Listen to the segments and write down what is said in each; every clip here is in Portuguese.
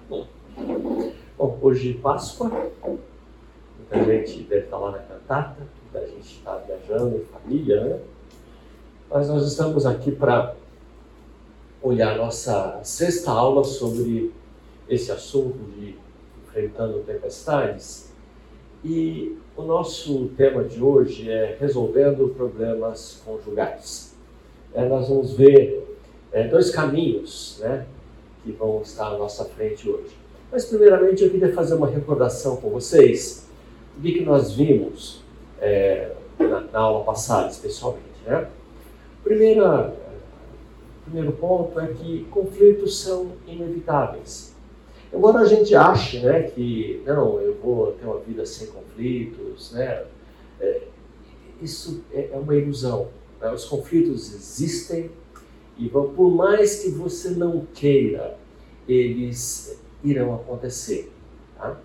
Bom, hoje é Páscoa, muita gente deve estar lá na cantata, muita gente está viajando em família, né? Mas nós estamos aqui para olhar a nossa sexta aula sobre esse assunto de enfrentando tempestades. E o nosso tema de hoje é resolvendo problemas conjugais. Nós vamos ver dois caminhos, né, que vão estar à nossa frente hoje. Mas primeiramente eu queria fazer uma recordação com vocês do que nós vimos na aula passada, especialmente, né? Primeiro ponto é que conflitos são inevitáveis. Embora a gente ache, né, que não, eu vou ter uma vida sem conflitos, né, isso é uma ilusão. Né? Os conflitos existem e por mais que você não queira, eles irão acontecer. Tá?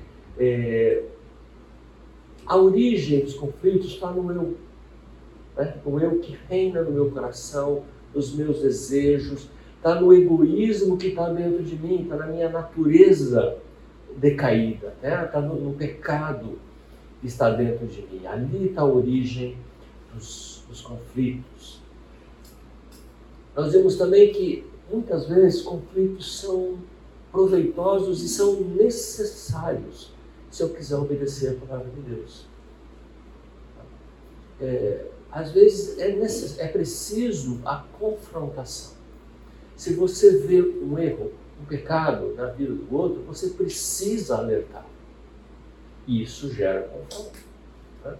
A origem dos conflitos está no eu. Né? O eu que reina no meu coração, nos meus desejos, está no egoísmo que está dentro de mim, está na minha natureza decaída, né? Está no pecado que está dentro de mim. Ali está a origem dos conflitos. Nós vemos também que muitas vezes conflitos são proveitosos e são necessários se eu quiser obedecer a palavra de Deus. Às vezes é preciso a confrontação. Se você vê um erro, um pecado na vida do outro, você precisa alertar. E isso gera confronto. Né?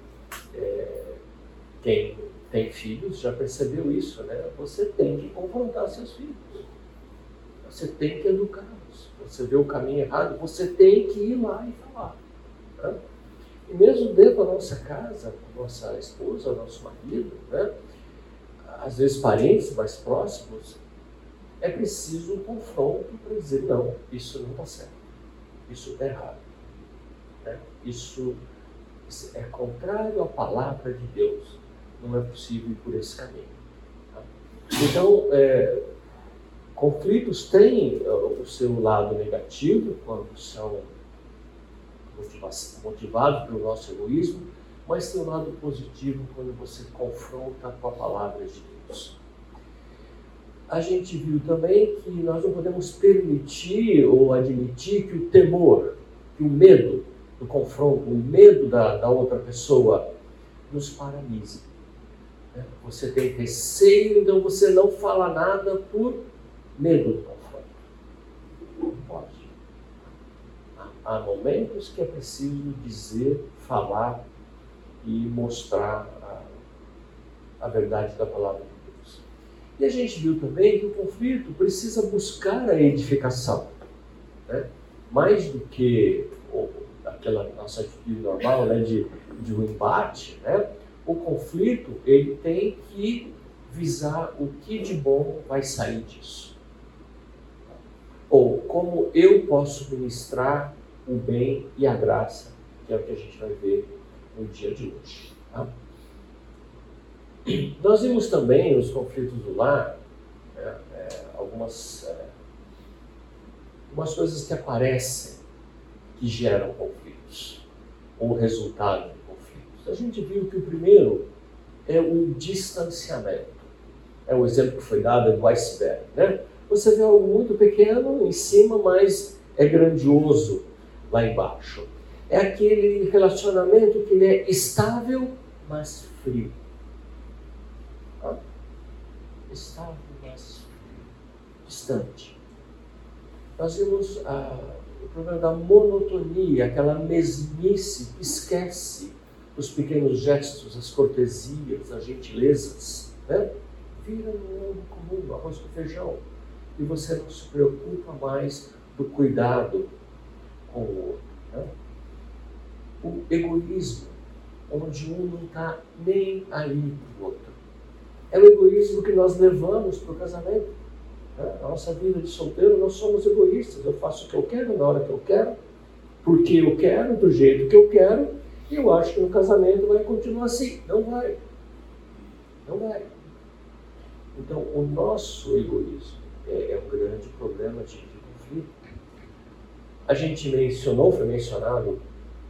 Quem tem filhos já percebeu isso, né? Você tem que confrontar seus filhos. Você tem que educá-los. Você vê o caminho errado, você tem que ir lá e falar. Né? E mesmo dentro da nossa casa, com nossa esposa, nosso marido, né? Às vezes parentes mais próximos, é preciso um confronto para dizer, não, isso não está certo, isso está errado. Né? Isso é contrário à palavra de Deus, não é possível ir por esse caminho. Tá? Então, conflitos têm o seu lado negativo, quando são motivados pelo nosso egoísmo, mas tem um lado positivo quando você confronta com a palavra de Deus. A gente viu também que nós não podemos permitir ou admitir que o temor, que o medo do confronto, o medo da outra pessoa nos paralise. Você tem receio, então você não fala nada por medo do confronto. Não pode. Há momentos que é preciso dizer, falar e mostrar a verdade da palavra de Deus. E a gente viu também que o conflito precisa buscar a edificação. Né? Mais do que aquela nossa atitude normal, né, de um embate, né? O conflito ele tem que visar o que de bom vai sair disso. Ou como eu posso ministrar o bem e a graça, que é o que a gente vai ver no dia de hoje. Tá? Nós vimos também os conflitos do lar, algumas coisas que aparecem que geram conflitos, ou resultado de conflitos. A gente viu que o primeiro é o distanciamento. É o exemplo que foi dado do iceberg. Né? Você vê algo muito pequeno em cima, mas é grandioso lá embaixo. É aquele relacionamento que ele é estável, mas frio. Estável, mas frio, distante. Nós vimos o problema da monotonia, aquela mesmice que esquece os pequenos gestos, as cortesias, as gentilezas. Né? Vira no ano comum, arroz com feijão. E você não se preocupa mais do cuidado com o outro. Né? O egoísmo, onde um não está nem aí para o outro. É o egoísmo que nós levamos para o casamento. Né? A nossa vida de solteiro, nós somos egoístas. Eu faço o que eu quero, na hora que eu quero, porque eu quero, do jeito que eu quero, e eu acho que no casamento vai continuar assim. Não vai. Não vai. Então, o nosso egoísmo é um grande problema de conflito. A gente foi mencionado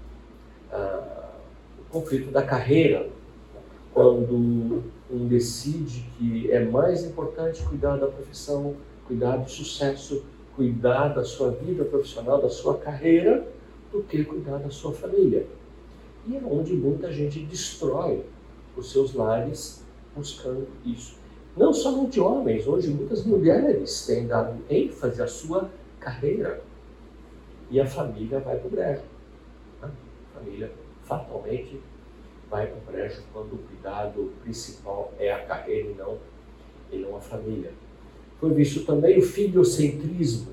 o conflito da carreira, quando um decide que é mais importante cuidar da profissão, cuidar do sucesso, cuidar da sua vida profissional, da sua carreira, do que cuidar da sua família. E é onde muita gente destrói os seus lares buscando isso. Não somente homens, hoje muitas mulheres têm dado ênfase à sua carreira. E a família vai para o brejo. A família fatalmente vai para o brejo quando o cuidado principal é a carreira e não a família. Foi visto também o filiocentrismo,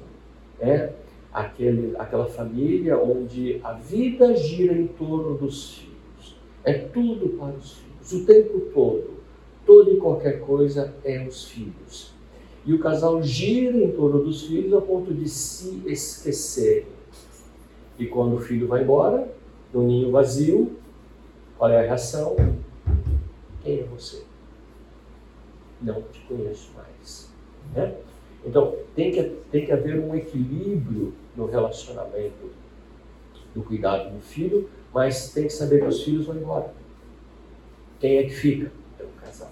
aquela família onde a vida gira em torno dos filhos. É tudo para os filhos, o tempo todo. Toda e qualquer coisa é os filhos. E o casal gira em torno dos filhos a ponto de se esquecerem. E quando o filho vai embora, no ninho vazio, qual é a reação? Quem é você? Não te conheço mais. Né? Então, tem que haver um equilíbrio no relacionamento do cuidado do filho, mas tem que saber que os filhos vão embora. Quem é que fica? É o casal.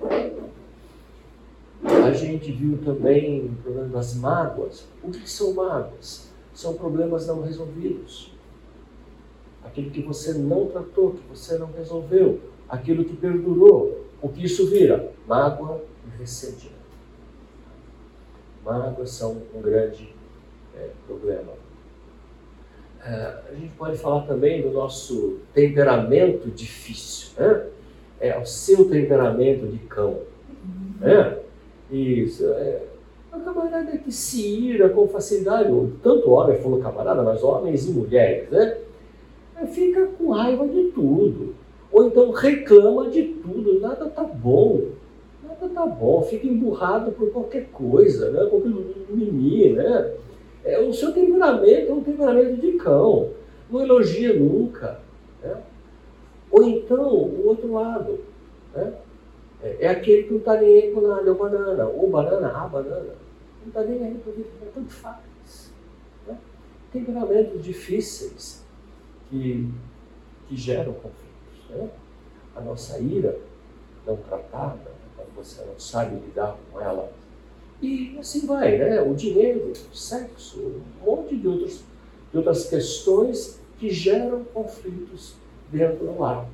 A gente viu também o problema das mágoas. O que são mágoas? São problemas não resolvidos. Aquilo que você não tratou, que você não resolveu, aquilo que perdurou. O que isso vira? Mágoa e ressentimento. Mágoas são um grande problema. A gente pode falar também do nosso temperamento difícil. O seu temperamento de cão. Isso. Uma camarada que se ira com facilidade, tanto homem, falou camarada, mas homens e mulheres, fica com raiva de tudo. Ou então reclama de tudo, nada tá bom, fica emburrado por qualquer coisa, qualquer mimimi, O seu temperamento é um temperamento de cão, não elogia nunca. Ou então, o outro lado, é aquele que não está nem aí com nada, é o banana, ou banana, a banana, não está nem aí para vida, tanto faz. Temperamentos difíceis que geram conflitos. A nossa ira não tratada, quando você não sabe lidar com ela. E assim vai, o dinheiro, o sexo, um monte de outras questões que geram conflitos dentro do lar.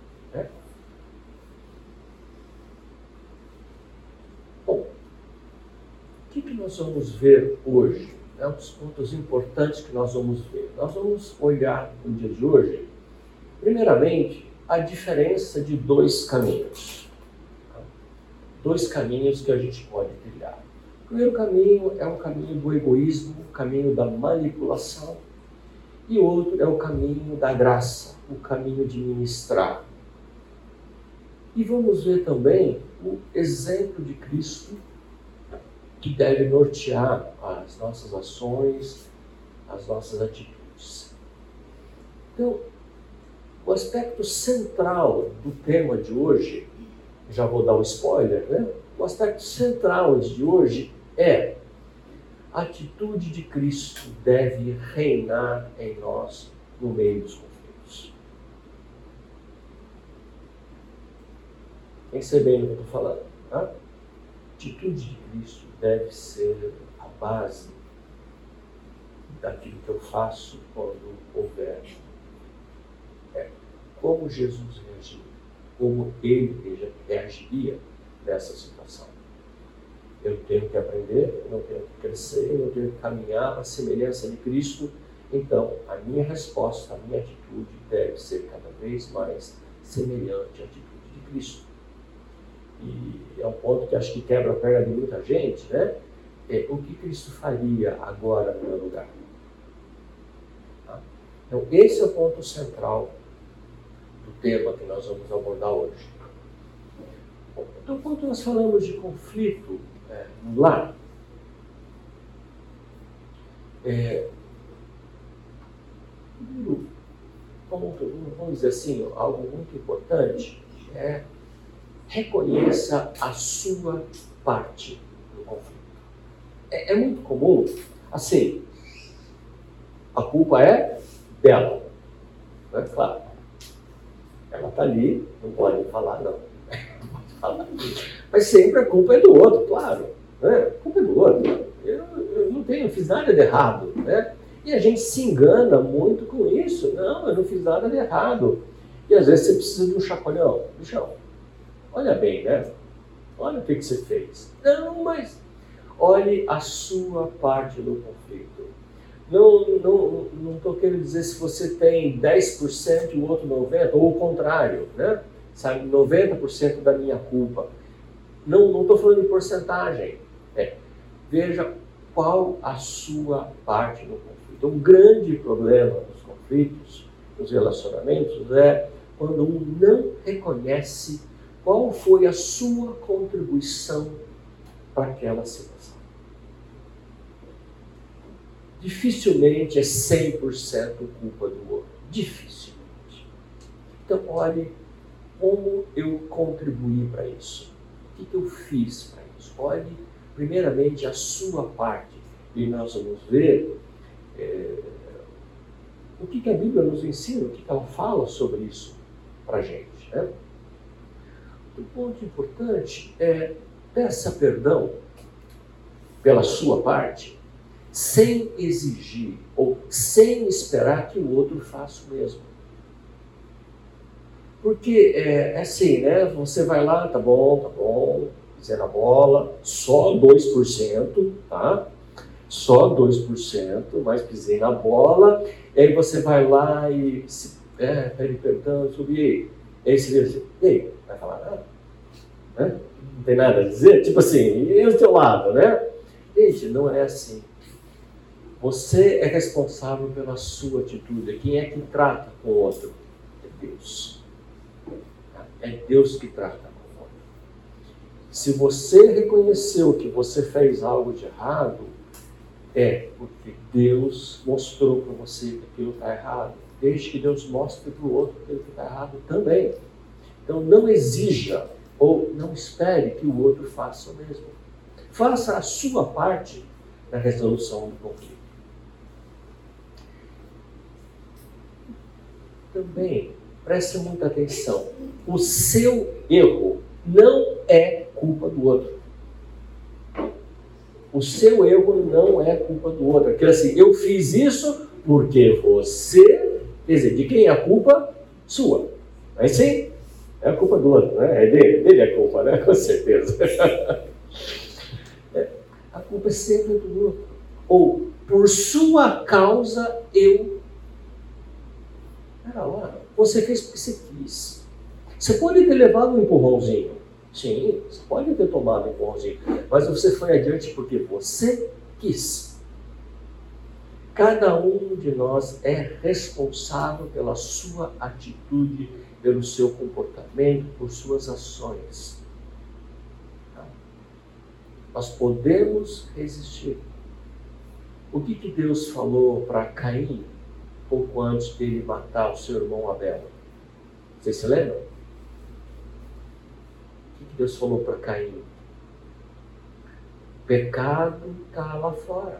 Bom, o que nós vamos ver hoje? Os pontos importantes que nós vamos ver. Nós vamos olhar no dia de hoje, primeiramente, a diferença de dois caminhos. Dois caminhos que a gente pode trilhar. O primeiro caminho é o caminho do egoísmo, o caminho da manipulação, e o outro é o caminho da graça, o caminho de ministrar. E vamos ver também o exemplo de Cristo, que deve nortear as nossas ações, as nossas atitudes. Então, o aspecto central do tema de hoje, já vou dar um spoiler, O aspecto central de hoje é: a atitude de Cristo deve reinar em nós no meio dos conflitos. Tem que ser bem no que eu estou falando, A atitude de Cristo deve ser a base daquilo que eu faço quando houver. Como Jesus reagiu, como ele reagiria nessa situação. Eu tenho que aprender, eu tenho que crescer, eu tenho que caminhar para a semelhança de Cristo. Então, a minha resposta, a minha atitude deve ser cada vez mais semelhante à atitude de Cristo. E é um ponto que acho que quebra a perna de muita gente, O que Cristo faria agora no meu lugar? Então, esse é o ponto central do tema que nós vamos abordar hoje. Então, quando nós falamos de conflito no lar, primeiro ponto, vamos dizer assim, algo muito importante é: reconheça a sua parte no conflito. É muito comum, assim, A culpa é dela. Não é claro. Ela está ali, não pode falar, não. Não pode falar. Mas sempre a culpa é do outro, claro. Né? A culpa é do outro. Eu não fiz nada de errado. Né? E a gente se engana muito com isso. Não, eu não fiz nada de errado. E às vezes você precisa de um chacoalhão. Bichão, olha bem, né? Olha o que você fez. Não, mas olhe a sua parte do conflito. Não estou querendo dizer se você tem 10% e o outro 90%, ou o contrário, né? Sabe, 90% da minha culpa. Não estou falando de porcentagem. Veja qual a sua parte no conflito. Um grande problema nos conflitos, nos relacionamentos, é quando um não reconhece qual foi a sua contribuição para aquela situação. Dificilmente é 100% culpa do outro. Dificilmente. Então, olhe como eu contribuí para isso. O que eu fiz para isso? Olhe, primeiramente, a sua parte. E nós vamos ver o que a Bíblia nos ensina, o que ela fala sobre isso para a gente. Né? Um ponto importante é peça perdão pela sua parte, sem exigir ou sem esperar que o outro faça o mesmo. Porque é assim, né? Você vai lá, tá bom, pisei na bola, só 2%, tá? Só 2%, mas pisei na bola, e aí você vai lá e pede perdão, subir. E aí você diz assim, e aí, vai falar nada? Né? Não tem nada a dizer? Tipo assim, e o teu lado, né? Gente, não é assim. Você é responsável pela sua atitude. Quem é que trata com o outro? É Deus. É Deus que trata com o outro. Se você reconheceu que você fez algo de errado, é porque Deus mostrou para você que aquilo está errado. Desde que Deus mostre para o outro que aquilo está errado também. Então não exija ou não espere que o outro faça o mesmo. Faça a sua parte na resolução do conflito. Também, preste muita atenção. O seu erro não é culpa do outro. O seu erro não é culpa do outro. Aquilo assim, eu fiz isso porque você... Quer dizer, de quem é a culpa? Sua. Mas sim, é a culpa do outro, né? É dele a culpa, né? Com certeza. A culpa é sempre do outro. Ou, por sua causa, eu... Pera lá, você fez porque você quis. Você pode ter levado um empurrãozinho. Sim, você pode ter tomado um empurrãozinho. Mas você foi adiante porque você quis. Cada um de nós é responsável pela sua atitude, pelo seu comportamento, por suas ações. Nós podemos resistir. O que Deus falou para Caim pouco antes dele matar o seu irmão Abel? Vocês se lembram? O que Deus falou para Caim? O pecado está lá fora.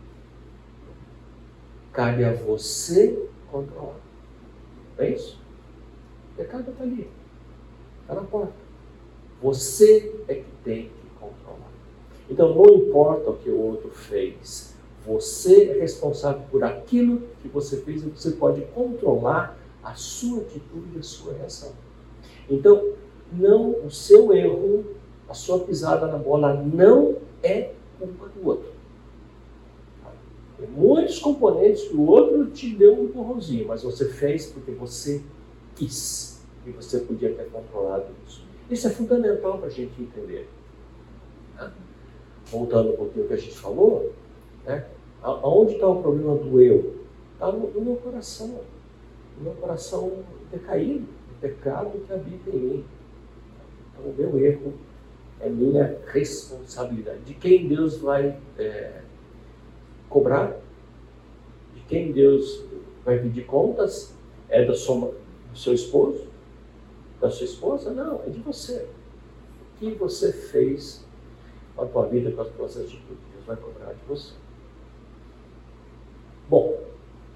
Cabe a você controlar. Não é isso? O pecado está ali. Está na porta. Você é que tem que controlar. Então não importa o que o outro fez. Você é responsável por aquilo que você fez e você pode controlar a sua atitude e a sua reação. Então, não, o seu erro, a sua pisada na bola não é culpa do outro. Tem muitos componentes que o outro te deu um empurrãozinho, mas você fez porque você quis e você podia ter controlado isso. Isso é fundamental para a gente entender. Voltando um pouquinho ao que a gente falou, né? Aonde está o problema do eu? Está no meu coração. No meu coração decaído, o pecado que habita em mim. Então, o meu erro é minha responsabilidade. De quem Deus vai cobrar? De quem Deus vai pedir contas? É do seu esposo? Da sua esposa? Não, é de você. O que você fez com a tua vida, com as tuas atitudes? Deus vai cobrar de você. Bom,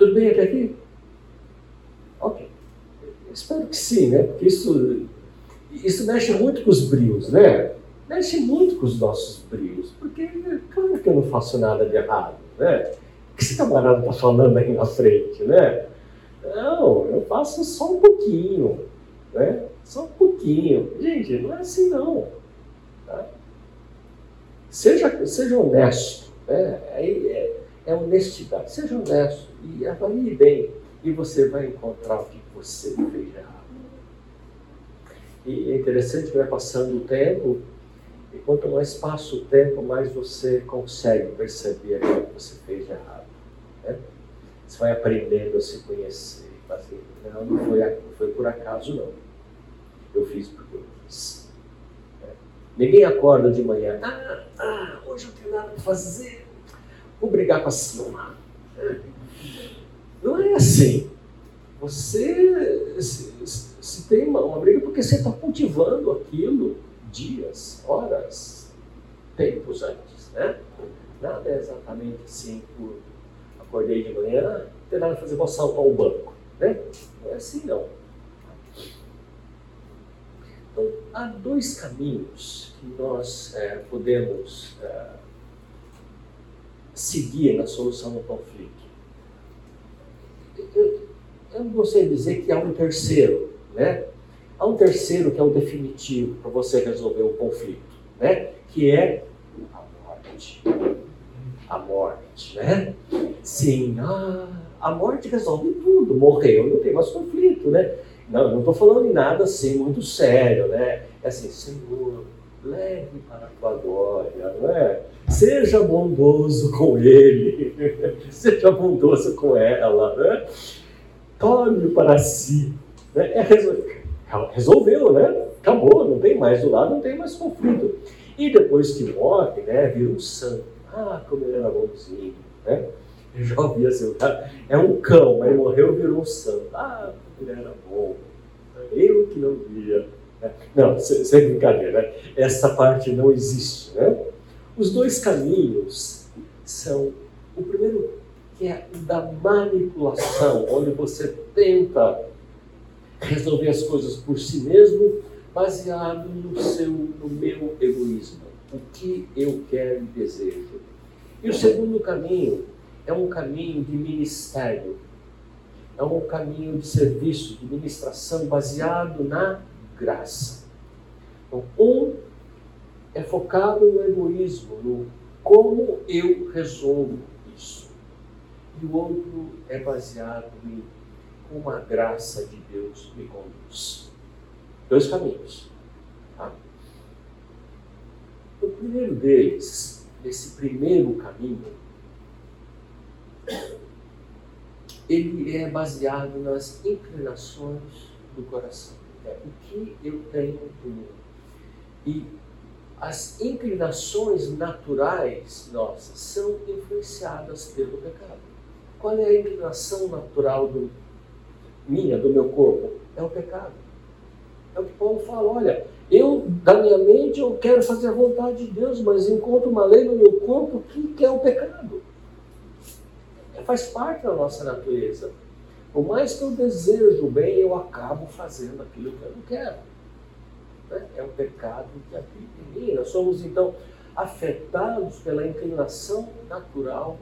Tudo bem até aqui? Ok. Espero que sim, né? Porque isso mexe muito com os brios, né? Mexe muito com os nossos brios. Porque, claro que eu não faço nada de errado, né? O que esse camarada está falando aí na frente, né? Não, eu faço só um pouquinho, né? Só um pouquinho. Gente, não é assim não. Tá? Seja honesto, né? É honestidade. Seja honesto e avalie bem. E você vai encontrar o que você fez errado. E é interessante que vai passando o tempo, e quanto mais passa o tempo, mais você consegue perceber aquilo que você fez de errado. Né? Você vai aprendendo a se conhecer. Assim, não foi por acaso, não. Eu fiz porque eu quis. Né? Ninguém acorda de manhã. Hoje eu não tenho nada para fazer. Vou brigar com a senhora. Não é assim. Você se tem uma briga porque você está cultivando aquilo dias, horas, tempos antes, né? Nada é exatamente assim, acordei de manhã, não tem nada a fazer, vou saltar o banco, né? Não é assim, não. Então, há dois caminhos que nós podemos seguir na solução do conflito. Eu não gostaria de dizer que há um terceiro, né? Há um terceiro que é o definitivo para você resolver o conflito, né? Que é a morte. A morte, né? Sim, a morte resolve tudo. Morreu, não tem mais conflito, né? Não estou falando em nada assim muito sério, né? É assim, Senhor, leve para a tua glória, não é? Seja bondoso com ele, seja bondoso com ela, né? Tome-o para si. Né? Resolveu, né? Acabou, não tem mais do lado, não tem mais conflito. E depois que morre, né, vira um santo. Como ele era bonzinho, né? Eu já ouvi assim, é um cão, mas morreu, virou um santo. Como ele era bom. Eu que não via. Não, sem brincadeira, né? Essa parte não existe, né? Os dois caminhos são, o primeiro que é o da manipulação, onde você tenta resolver as coisas por si mesmo, baseado no meu egoísmo, o que eu quero e desejo. E o segundo caminho é um caminho de ministério, é um caminho de serviço, de ministração baseado na graça. Então, um é focado no egoísmo, no como eu resolvo isso. E o outro é baseado em como a graça de Deus me conduz. Dois caminhos. Tá? O primeiro deles, esse primeiro caminho, ele é baseado nas inclinações do coração. O que eu tenho em mim. E as inclinações naturais nossas são influenciadas pelo pecado. Qual é a inclinação natural do meu corpo? É o pecado. É o que Paulo fala, olha, da minha mente, eu quero fazer a vontade de Deus, mas encontro uma lei no meu corpo que é o pecado. Faz parte da nossa natureza. Por mais que eu desejo o bem, eu acabo fazendo aquilo que eu não quero. É o pecado que habita em mim. Nós somos, então, afetados pela inclinação natural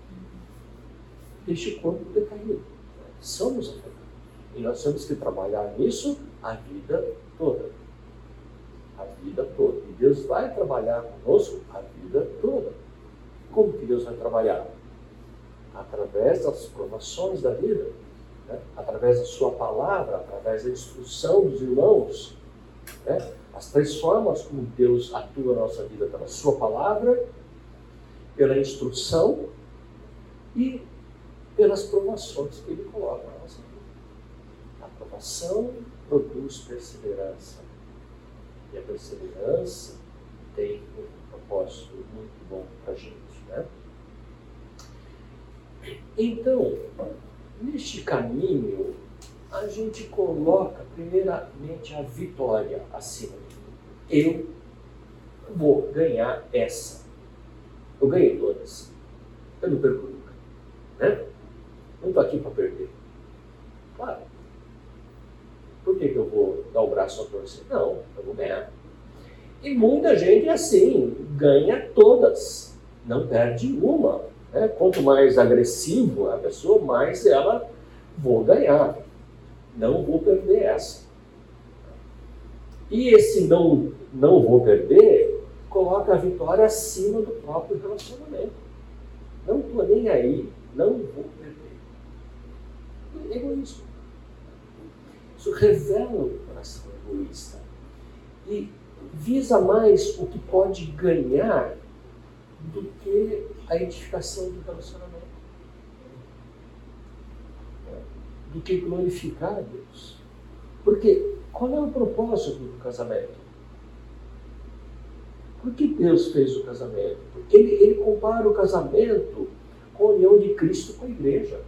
deste corpo decaído. Somos afetados. E nós temos que trabalhar nisso a vida toda. A vida toda. E Deus vai trabalhar conosco a vida toda. Como que Deus vai trabalhar? Através das provações da vida, né? Através da sua palavra, através da instrução dos irmãos. Né? As três formas como Deus atua na nossa vida: pela sua palavra, pela instrução e pelas provações que Ele coloca na nossa vida. A provação produz perseverança. E a perseverança tem um propósito muito bom para a gente. Né? Então, neste caminho, a gente coloca primeiramente a vitória acima de tudo. Eu vou ganhar essa. Eu ganhei todas. Eu não perco nunca. Né? Não estou aqui para perder. Claro. Por que eu vou dar o braço a torcer? Não, eu vou ganhar. E muita gente é assim, ganha todas, não perde uma. Né? Quanto mais agressivo a pessoa, mais ela vou ganhar. Não vou perder essa. E esse não vou perder, coloca a vitória acima do próprio relacionamento. Não estou nem aí, não vou perder. Egoísmo. Isso revela o coração egoísta. E visa mais o que pode ganhar do que a edificação do relacionamento. Do que glorificar a Deus. Porque qual é o propósito do casamento? Por que Deus fez o casamento? Porque ele compara o casamento com a união de Cristo com a igreja.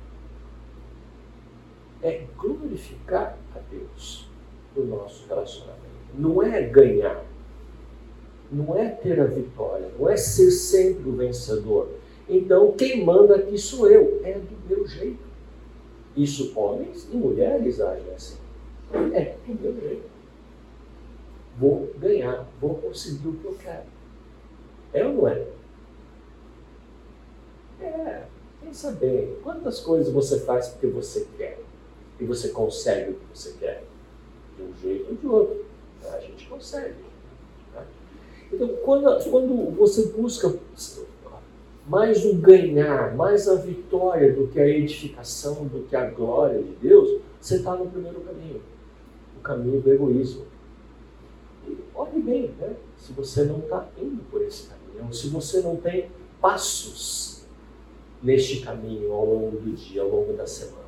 É glorificar a Deus no nosso relacionamento. Não é ganhar. Não é ter a vitória. Não é ser sempre o vencedor. Então, quem manda aqui sou eu. É do meu jeito. Isso homens e mulheres agem assim. É do meu jeito. Vou ganhar. Vou conseguir o que eu quero. É ou não é? É. Pensa bem. Quantas coisas você faz porque você quer? E você consegue o que você quer? De um jeito ou de outro. A gente consegue. Né? Então, quando você busca mais o ganhar, mais a vitória do que a edificação, do que a glória de Deus, você está no primeiro caminho. O caminho do egoísmo. E olhe bem, né? Se você não está indo por esse caminho, se você não tem passos neste caminho ao longo do dia, ao longo da semana.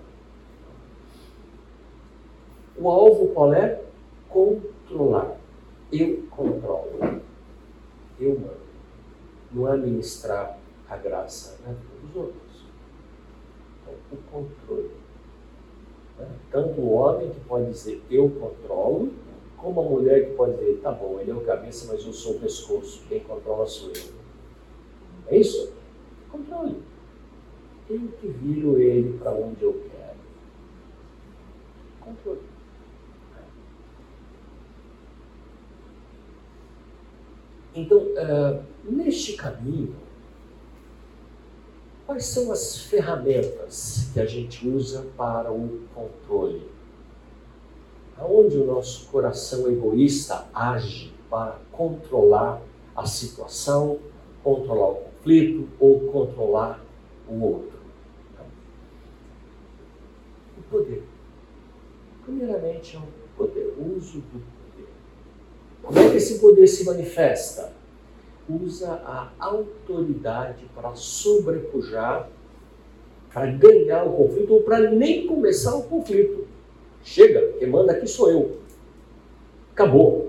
O alvo qual é? Controlar. Eu controlo. Eu mando. Não é ministrar a graça, né, dos outros. Então, o controle. Né? Tanto o homem que pode dizer eu controlo, como a mulher que pode dizer, tá bom, ele é o cabeça, mas eu sou o pescoço, quem controla sou eu. É isso? Controle. Eu que viro ele para onde eu quero. Controle. Então, neste caminho, quais são as ferramentas que a gente usa para o controle? Aonde o nosso coração egoísta age para controlar a situação, controlar o conflito ou controlar o outro? O poder. Primeiramente é o poder, o uso do poder. Como é que esse poder se manifesta? Usa a autoridade para sobrepujar, para ganhar o conflito ou para nem começar o conflito. Chega, quem manda aqui sou eu. Acabou.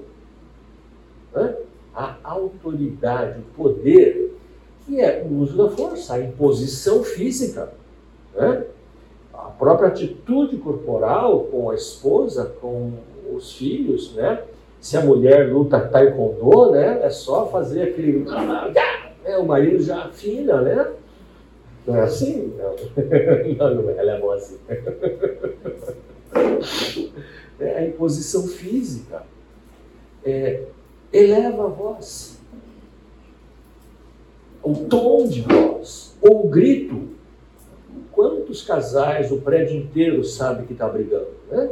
A autoridade, o poder, que é o uso da força, a imposição física. A própria atitude corporal com a esposa, com os filhos, né? Se a mulher luta taekwondo, né, é só fazer aquele... o marido já afina, né? Não é assim? Não, ela é boa assim. É a imposição física. Eleva a voz. O tom de voz. Ou o grito. Quantos casais, o prédio inteiro sabe que está brigando, né?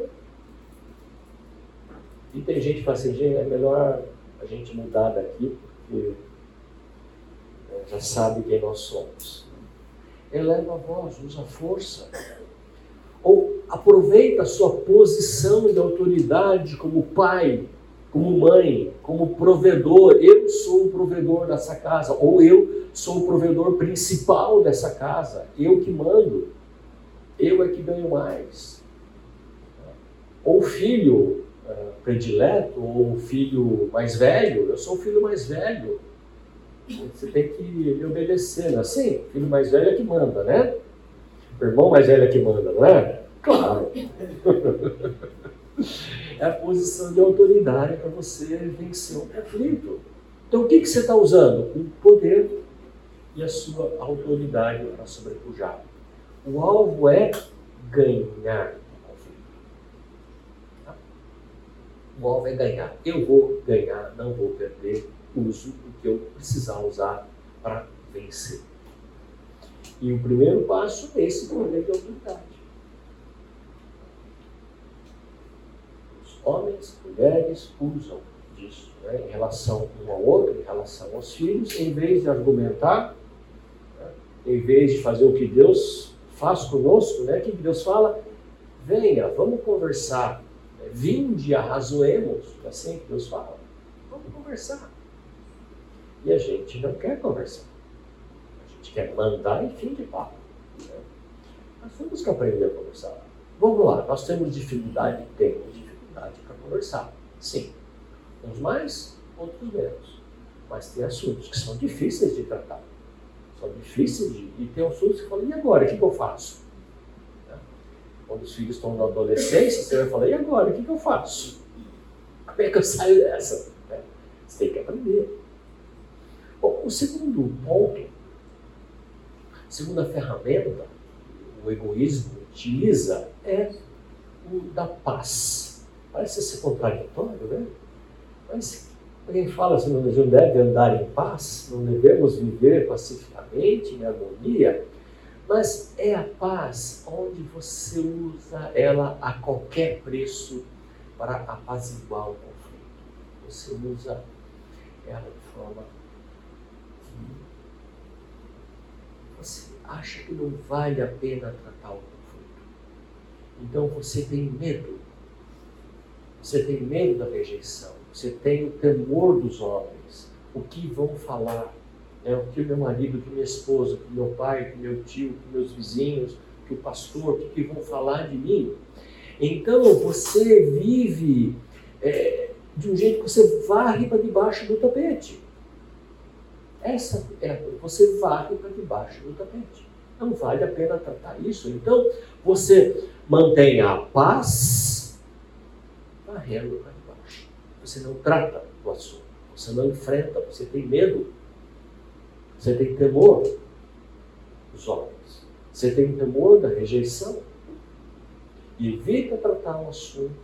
E tem gente que fala assim, gente, é melhor a gente mudar daqui, porque já sabe quem nós somos. Eleva a voz, usa a força. Ou aproveita a sua posição de autoridade como pai, como mãe, como provedor. Eu sou o provedor dessa casa, ou eu sou o provedor principal dessa casa. Eu que mando. Eu é que ganho mais. Ou filho predileto, ou filho mais velho. Eu sou o filho mais velho. Você tem que me obedecer, não é assim? O filho mais velho é que manda, né? O irmão mais velho é que manda, não é? Claro. É a posição de autoridade para você vencer o conflito. Então, o que você está usando? O poder e a sua autoridade para sobrepujar. O alvo é ganhar o conflito. Tá? O alvo é ganhar. Eu vou ganhar, não vou perder, uso o que eu precisar usar para vencer. E o primeiro passo é esse poder de autoridade. Os homens, mulheres usam disso, né, em relação um ao outro, em relação aos filhos, em vez de argumentar, né, em vez de fazer o que Deus faz conosco, né, o que Deus fala? Venha, vamos conversar. Vinde, arrazoemos, é assim que Deus fala. Vamos conversar. E a gente não quer conversar. A gente quer mandar e fim de papo. Né? Nós temos que aprender a conversar. Vamos lá, nós temos dificuldade? Temos dificuldade para conversar. Sim. Uns mais, outros menos. Mas tem assuntos que são difíceis de tratar. São difíceis de... E tem assuntos que falam, e agora, o que eu faço? Né? Quando os filhos estão na adolescência, você vai falar, e agora, o que eu faço? Como é que eu saio dessa? Né? Você tem que aprender. Bom, o segundo ponto, a segunda ferramenta que o egoísmo utiliza é o da paz. Parece ser contraditório, né? Mas alguém fala assim, não deve andar em paz, não devemos viver pacificamente, em harmonia, mas é a paz onde você usa ela a qualquer preço para apaziguar o conflito. Você usa ela de forma que você acha que não vale a pena tratar o conflito. Então você tem medo. Você tem medo da rejeição. Você tem o temor dos homens. O que vão falar? Né? O que o meu marido, o que minha esposa, o que meu pai, o que meu tio, o que meus vizinhos, o que o pastor, o que vão falar de mim? Então você vive de um jeito que você varre para debaixo do tapete. Você varre para debaixo do tapete. Não vale a pena tratar isso. Então você mantém a paz varrendo para debaixo. Você não trata do assunto. Você não enfrenta. Você tem medo. Você tem temor dos homens. Você tem temor da rejeição. E evita tratar um assunto.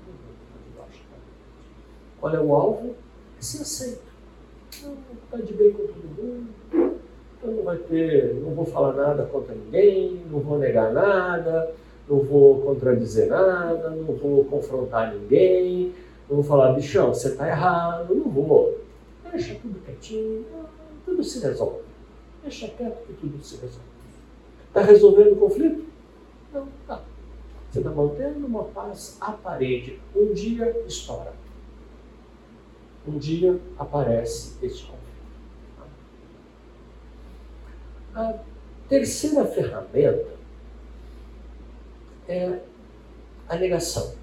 Qual é o alvo? É ser aceito. Não está de bem com todo mundo. Então não vou falar nada contra ninguém, não vou negar nada, não vou contradizer nada, não vou confrontar ninguém, não vou falar, bichão, você está errado, não vou. Deixa tudo quietinho, tudo se resolve. Deixa quieto que tudo se resolve. Está resolvendo o conflito? Não, está. Você está mantendo uma paz aparente. Um dia estoura. Um dia aparece esse conflito. A terceira ferramenta é a negação.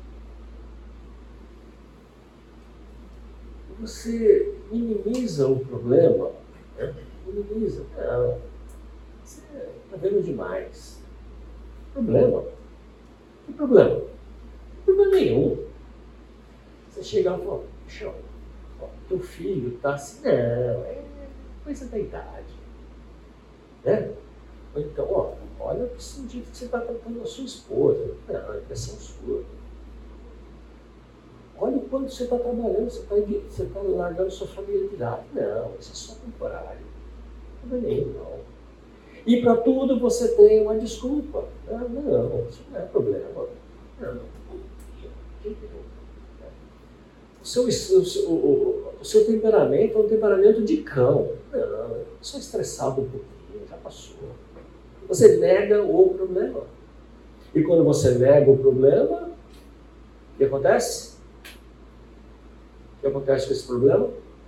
Você minimiza o problema, né? Minimiza. Não, você está vendo demais. Problema? Que problema? Não problema nenhum. Você chega e fala, show. Teu filho está assim, não, é coisa da idade. Né? Ou então, olha o sentido que você está tratando a sua esposa. Não, é impressão sua. Olha o quanto você está trabalhando, você está largando sua família de lado. Não, isso é só temporário. Não é nem não. E para tudo você tem uma desculpa. Não, isso não é problema. Não. O seu temperamento é um temperamento de cão. Não, só estressado um pouquinho, já passou. Você nega o problema. E quando você nega o problema, o que acontece? O que acontece com esse problema?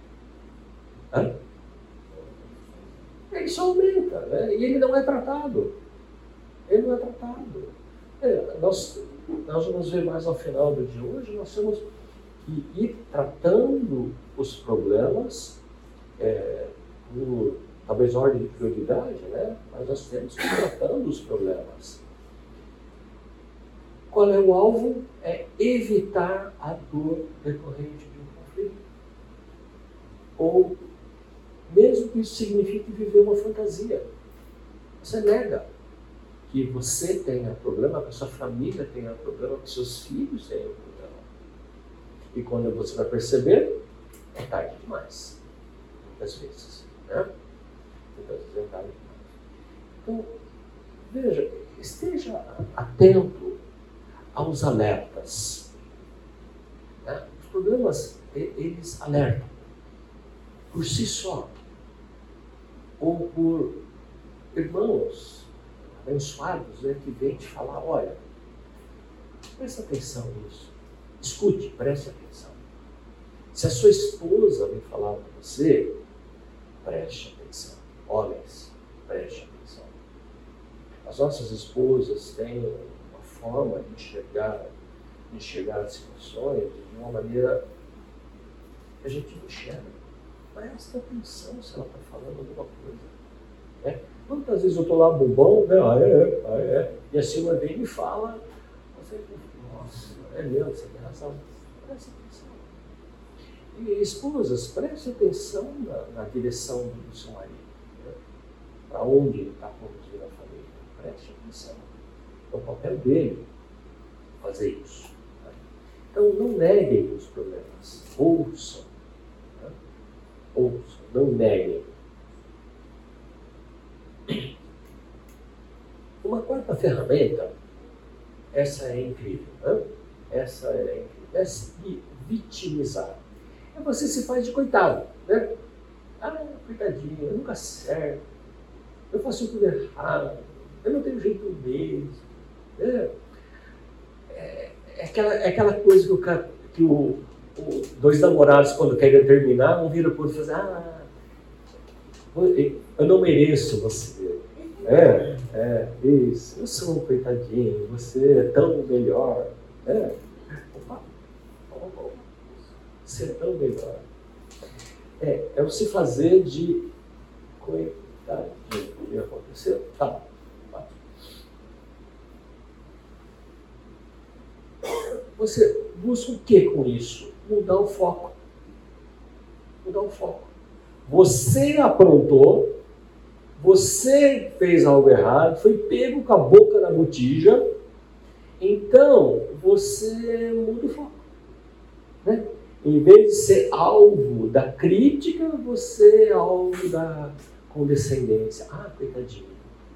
Ele só aumenta, né? E ele não é tratado. Ele não é tratado. Nós vamos ver mais ao final do dia de hoje, nós temos que ir tratando os problemas por, talvez, ordem de prioridade, né? Mas nós temos que ir tratando os problemas. Qual é o alvo? É evitar a dor decorrente de um conflito. Ou, mesmo que isso signifique viver uma fantasia. Você nega. que você tenha problema, que a sua família tenha problema, que seus filhos tenham problema. E quando você vai perceber, é tarde demais. Muitas vezes. Né? Muitas vezes é tarde demais. Então, veja, esteja atento aos alertas. Né? Os problemas, eles alertam por si só, ou por irmãos abençoados, né, que vêm te falar, olha, preste atenção nisso, escute, preste atenção. Se a sua esposa vem falar com você, preste atenção. Homens, preste atenção. As nossas esposas têm uma forma de enxergar as situações de uma maneira que a gente não enxerga. Presta atenção se ela está falando alguma coisa. Né? Quantas vezes eu estou lá bobão, né? E a Silvia vem e me fala, você, nossa, é mesmo, você tem razão. Presta atenção. E esposas, preste atenção na direção do seu marido. Né? Para onde ele está conduzindo a família. Preste atenção. É o papel dele fazer isso. Né? Então, não neguem os problemas. Ouçam. Né? Ouçam, não neguem. Uma quarta ferramenta, essa é incrível, né? Essa é incrível, é se vitimizar. Você se faz de coitado, né? Ah, coitadinho, eu nunca acerto, eu faço tudo errado, eu não tenho jeito mesmo. Né? É aquela coisa que dois namorados, quando querem terminar, um vira para o outro e fala, eu não mereço você. Isso, eu sou um coitadinho, você é tão melhor. Você é tão melhor. É o se fazer de coitadinho. O que aconteceu? Tá. Você busca o que com isso? Mudar o foco. Mudar o foco. Você aprontou, você fez algo errado, foi pego com a boca na botija, então você muda o foco. Né? Em vez de ser alvo da crítica, você é alvo da condescendência. Ah, coitadinho.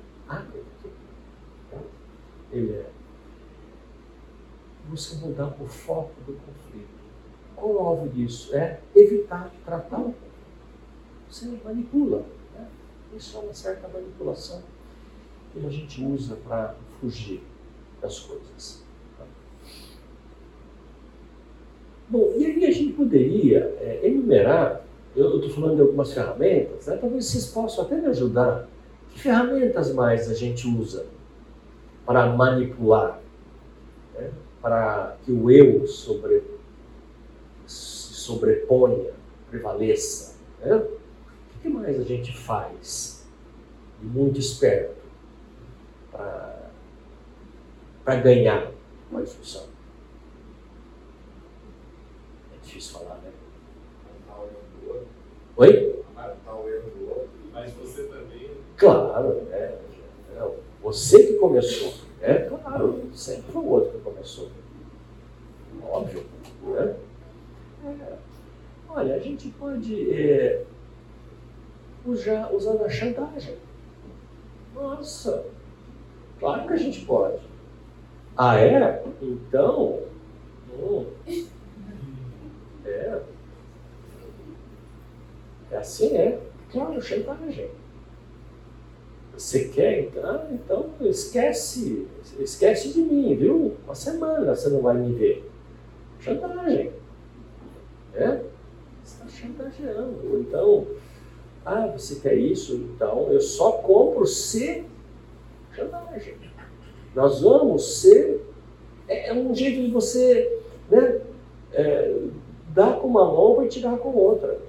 Ele é. Você mudar o foco do conflito. Qual o alvo disso? É evitar tratar o conflito. Você manipula. Né? Isso é uma certa manipulação que a gente usa para fugir das coisas. Bom, e aí a gente poderia enumerar, eu estou falando de algumas ferramentas, né? Talvez vocês possam até me ajudar. Que ferramentas mais a gente usa para manipular, né? Para que o eu se sobreponha, prevaleça? Né? O que mais a gente faz de muito esperto para ganhar uma discussão? É difícil falar, né? Apontar o erro do outro. Oi? Apontar o erro do outro. Mas você também. Claro, você que começou. Claro, sempre foi o outro que começou. Óbvio. Né? Olha, a gente pode usar a chantagem. Nossa, claro que a gente pode. Ah, é? Então. Assim é. Claro, chantagem. Você quer entrar? Então esquece de mim, viu? Uma semana você não vai me ver. Chantagem. Você está chantageando. Então, você quer isso? Então eu só compro se chantagem. Nós vamos ser... É um jeito de você, né, dar com uma mão e tirar com outra.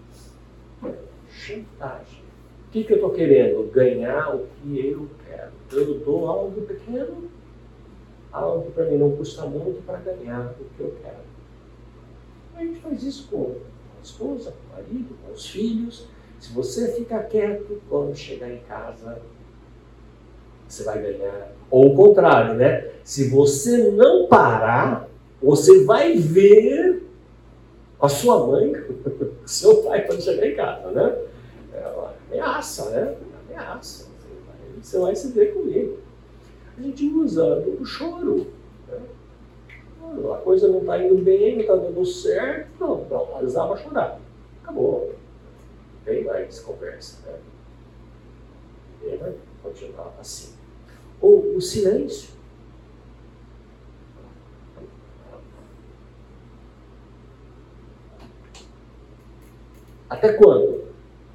Chantagem. O que eu estou querendo? Ganhar o que eu quero. Eu dou algo pequeno, algo que para mim não custa muito para ganhar o que eu quero. A gente faz isso com a esposa, com o marido, com os filhos. Se você ficar quieto, quando chegar em casa, você vai ganhar. Ou o contrário, né? Se você não parar, você vai ver a sua mãe, seu pai, quando chegar em casa, né? Ela ameaça, né? Ameaça. Você vai se ver comigo. A gente usa o choro. Né? A coisa não está indo bem, não está dando certo, não, precisava chorar. Acabou. Tem mais conversa. Né? E vai continuar assim. Ou o silêncio. Até quando?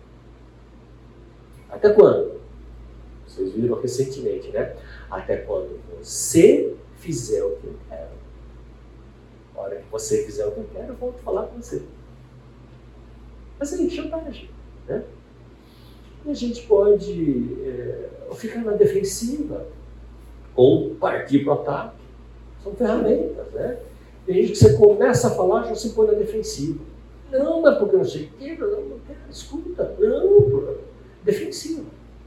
Até quando? Vocês viram recentemente, né? Até quando você fizer o que eu quero. A hora que você fizer o que eu quero, eu volto a falar com você. Mas aí, chantagem, né? E a gente pode ficar na defensiva ou partir para o ataque. São ferramentas, né? Tem gente que você começa a falar, já se põe na defensiva. Não, mas porque eu não sei o que, não quero, escuta. Não, defensiva.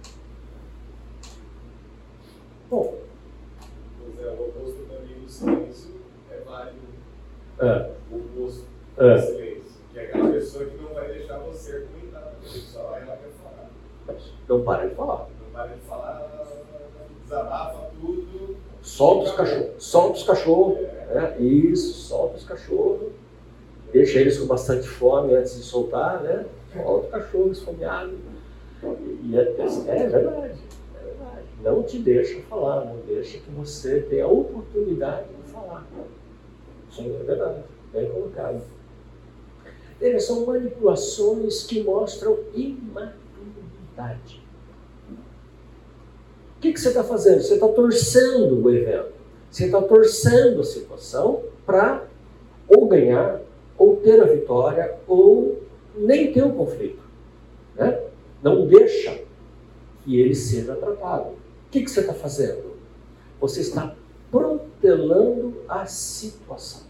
Bom. Pois é, o oposto também do silêncio é válido. O oposto do silêncio. Que é aquela pessoa que não vai deixar você comentar, só ela quer falar. Não para de falar. Não para de falar, desabafa tudo. Solta os cachorros. Isso, solta os cachorros. Deixa eles com bastante fome antes de soltar, né? Solta o cachorro esfomeado. E é verdade. Não te deixa falar, não deixa que você tenha a oportunidade de falar. Sim, é verdade. Bem colocado. São manipulações que mostram imaturidade. O que você está fazendo? Você está torcendo o evento. Você está torcendo a situação para ou ganhar, ou ter a vitória, ou nem ter o conflito. Né? Não deixa que ele seja tratado. O que você está fazendo? Você está protelando a situação.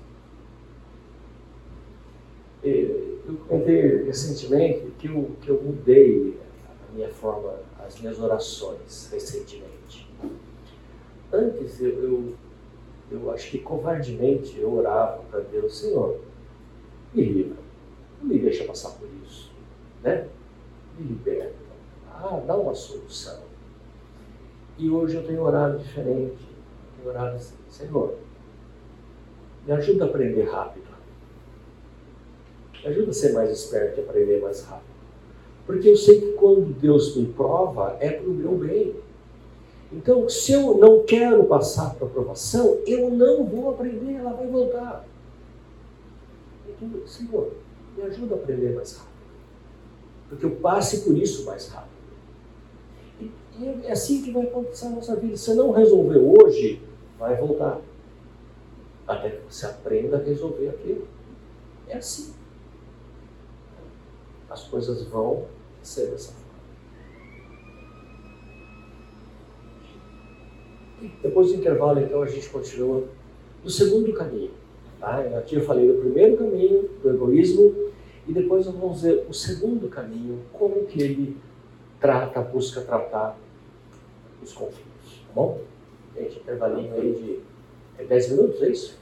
Eu comentei recentemente que eu mudei a minha forma, as minhas orações recentemente. Antes eu acho que covardemente eu orava para Deus, Senhor, me livra, não me deixa passar por isso, né? Me liberta, dá uma solução. E hoje eu tenho orado diferente, eu tenho orado assim, Senhor, me ajuda a aprender rápido, me ajuda a ser mais esperto e aprender mais rápido, porque eu sei que quando Deus me prova é para o meu bem. Então, se eu não quero passar para a aprovação, eu não vou aprender, ela vai voltar. Então, Senhor, me ajuda a aprender mais rápido. Porque eu passe por isso mais rápido. E é assim que vai acontecer na nossa vida. Se não resolver hoje, vai voltar. Até que você aprenda a resolver aquilo. É assim. As coisas vão ser dessa forma. Depois do intervalo, então, a gente continua no segundo caminho. Tá? Aqui eu falei do primeiro caminho, do egoísmo, e depois nós vamos ver o segundo caminho, como que ele busca tratar os conflitos. Tá bom? Gente, intervalinho aí de 10 minutos, é isso?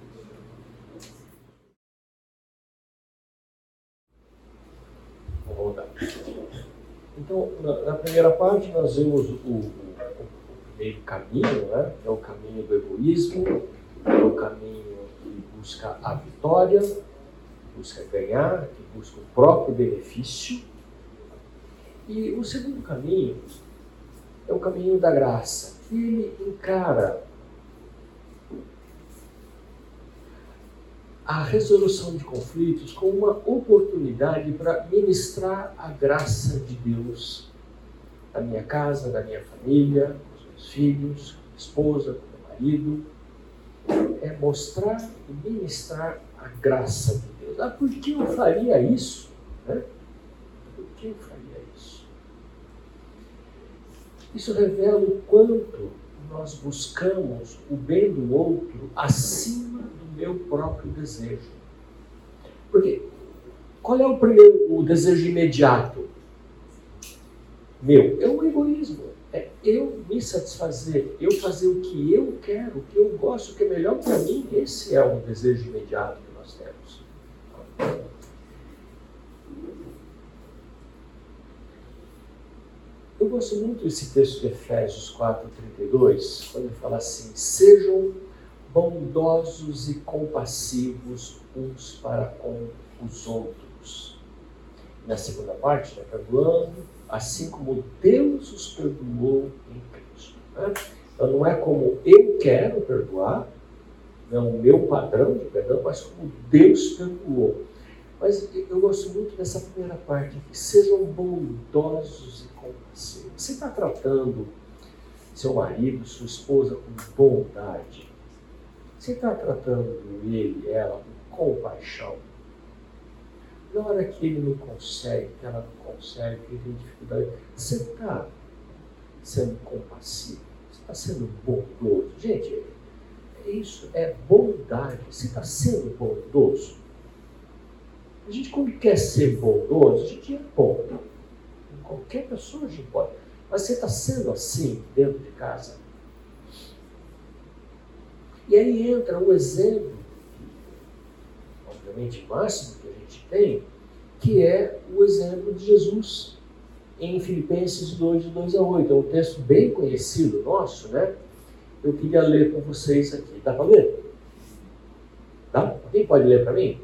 Vamos voltar. Então, na primeira parte, nós vimos o primeiro caminho, né? É o caminho do egoísmo, é o caminho que busca a vitória, que busca ganhar, que busca o próprio benefício. E o segundo caminho é o caminho da graça, que ele encara a resolução de conflitos como uma oportunidade para ministrar a graça de Deus na minha casa, na minha família, filhos, esposa, marido, é mostrar e ministrar a graça de Deus. Por que eu faria isso? Né? Por que eu faria isso? Isso revela o quanto nós buscamos o bem do outro acima do meu próprio desejo. Porque qual é o desejo imediato? Meu, é o egoísmo. É eu me satisfazer, eu fazer o que eu quero, o que eu gosto, o que é melhor para mim. Esse é o desejo imediato que nós temos. Eu gosto muito desse texto de Efésios 4:32, quando ele fala assim: sejam bondosos e compassivos uns para com os outros. Na segunda parte, perdoando, assim como Deus os perdoou em Cristo. Né? Então não é como eu quero perdoar, não o meu padrão de perdão, mas como Deus perdoou. Mas eu gosto muito dessa primeira parte aqui: sejam bondosos e compassivos. Você está tratando seu marido, sua esposa com bondade? Você está tratando ele, ela, com compaixão? Na hora que ele não consegue, que ela não consegue, que ele tem dificuldade, você está sendo compassivo? Você está sendo bondoso? Gente, isso é bondade. Você está sendo bondoso? A gente, quando quer ser bondoso, a gente é bom. Qualquer pessoa a gente pode. Mas você está sendo assim dentro de casa? E aí entra um exemplo, obviamente máximo que a gente tem, que é o exemplo de Jesus, em Filipenses 2, de 2-8. É um texto bem conhecido nosso, né? Eu queria ler com vocês aqui. Dá para ler? Dá? Alguém pode ler para mim?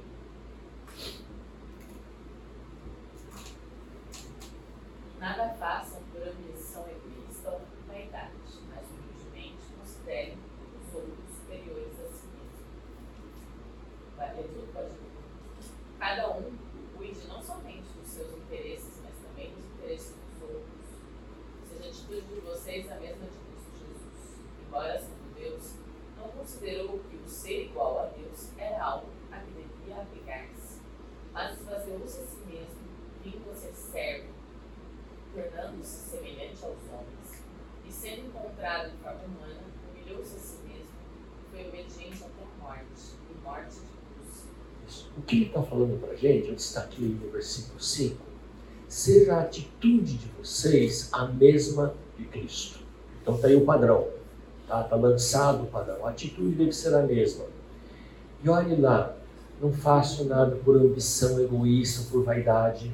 Nada façam por ambição egoísta ou por vaidade, mas humildemente considerem os outros superiores a si mesmos. Vai ler tudo? Pode ler. Cada um cuide não somente dos seus interesses, mas também dos interesses dos outros. Seja a atitude de vocês a mesma de Cristo Jesus. Embora sendo Deus, não considerou que o ser igual a Deus era algo a que devia aplicar-se, mas esvaziou-se a si mesmo, vindo a ser servo, tornando-se semelhante aos homens, e sendo encontrado em forma humana, humilhou-se a si mesmo, foi obediente até a morte, e morte de cruz. O que ele está falando para a gente, eu destaquei no versículo 5, seja a atitude de vocês a mesma de Cristo. Então está aí o padrão, está lançado o padrão, a atitude deve ser a mesma. E olhe lá, não faço nada por ambição egoísta, por vaidade.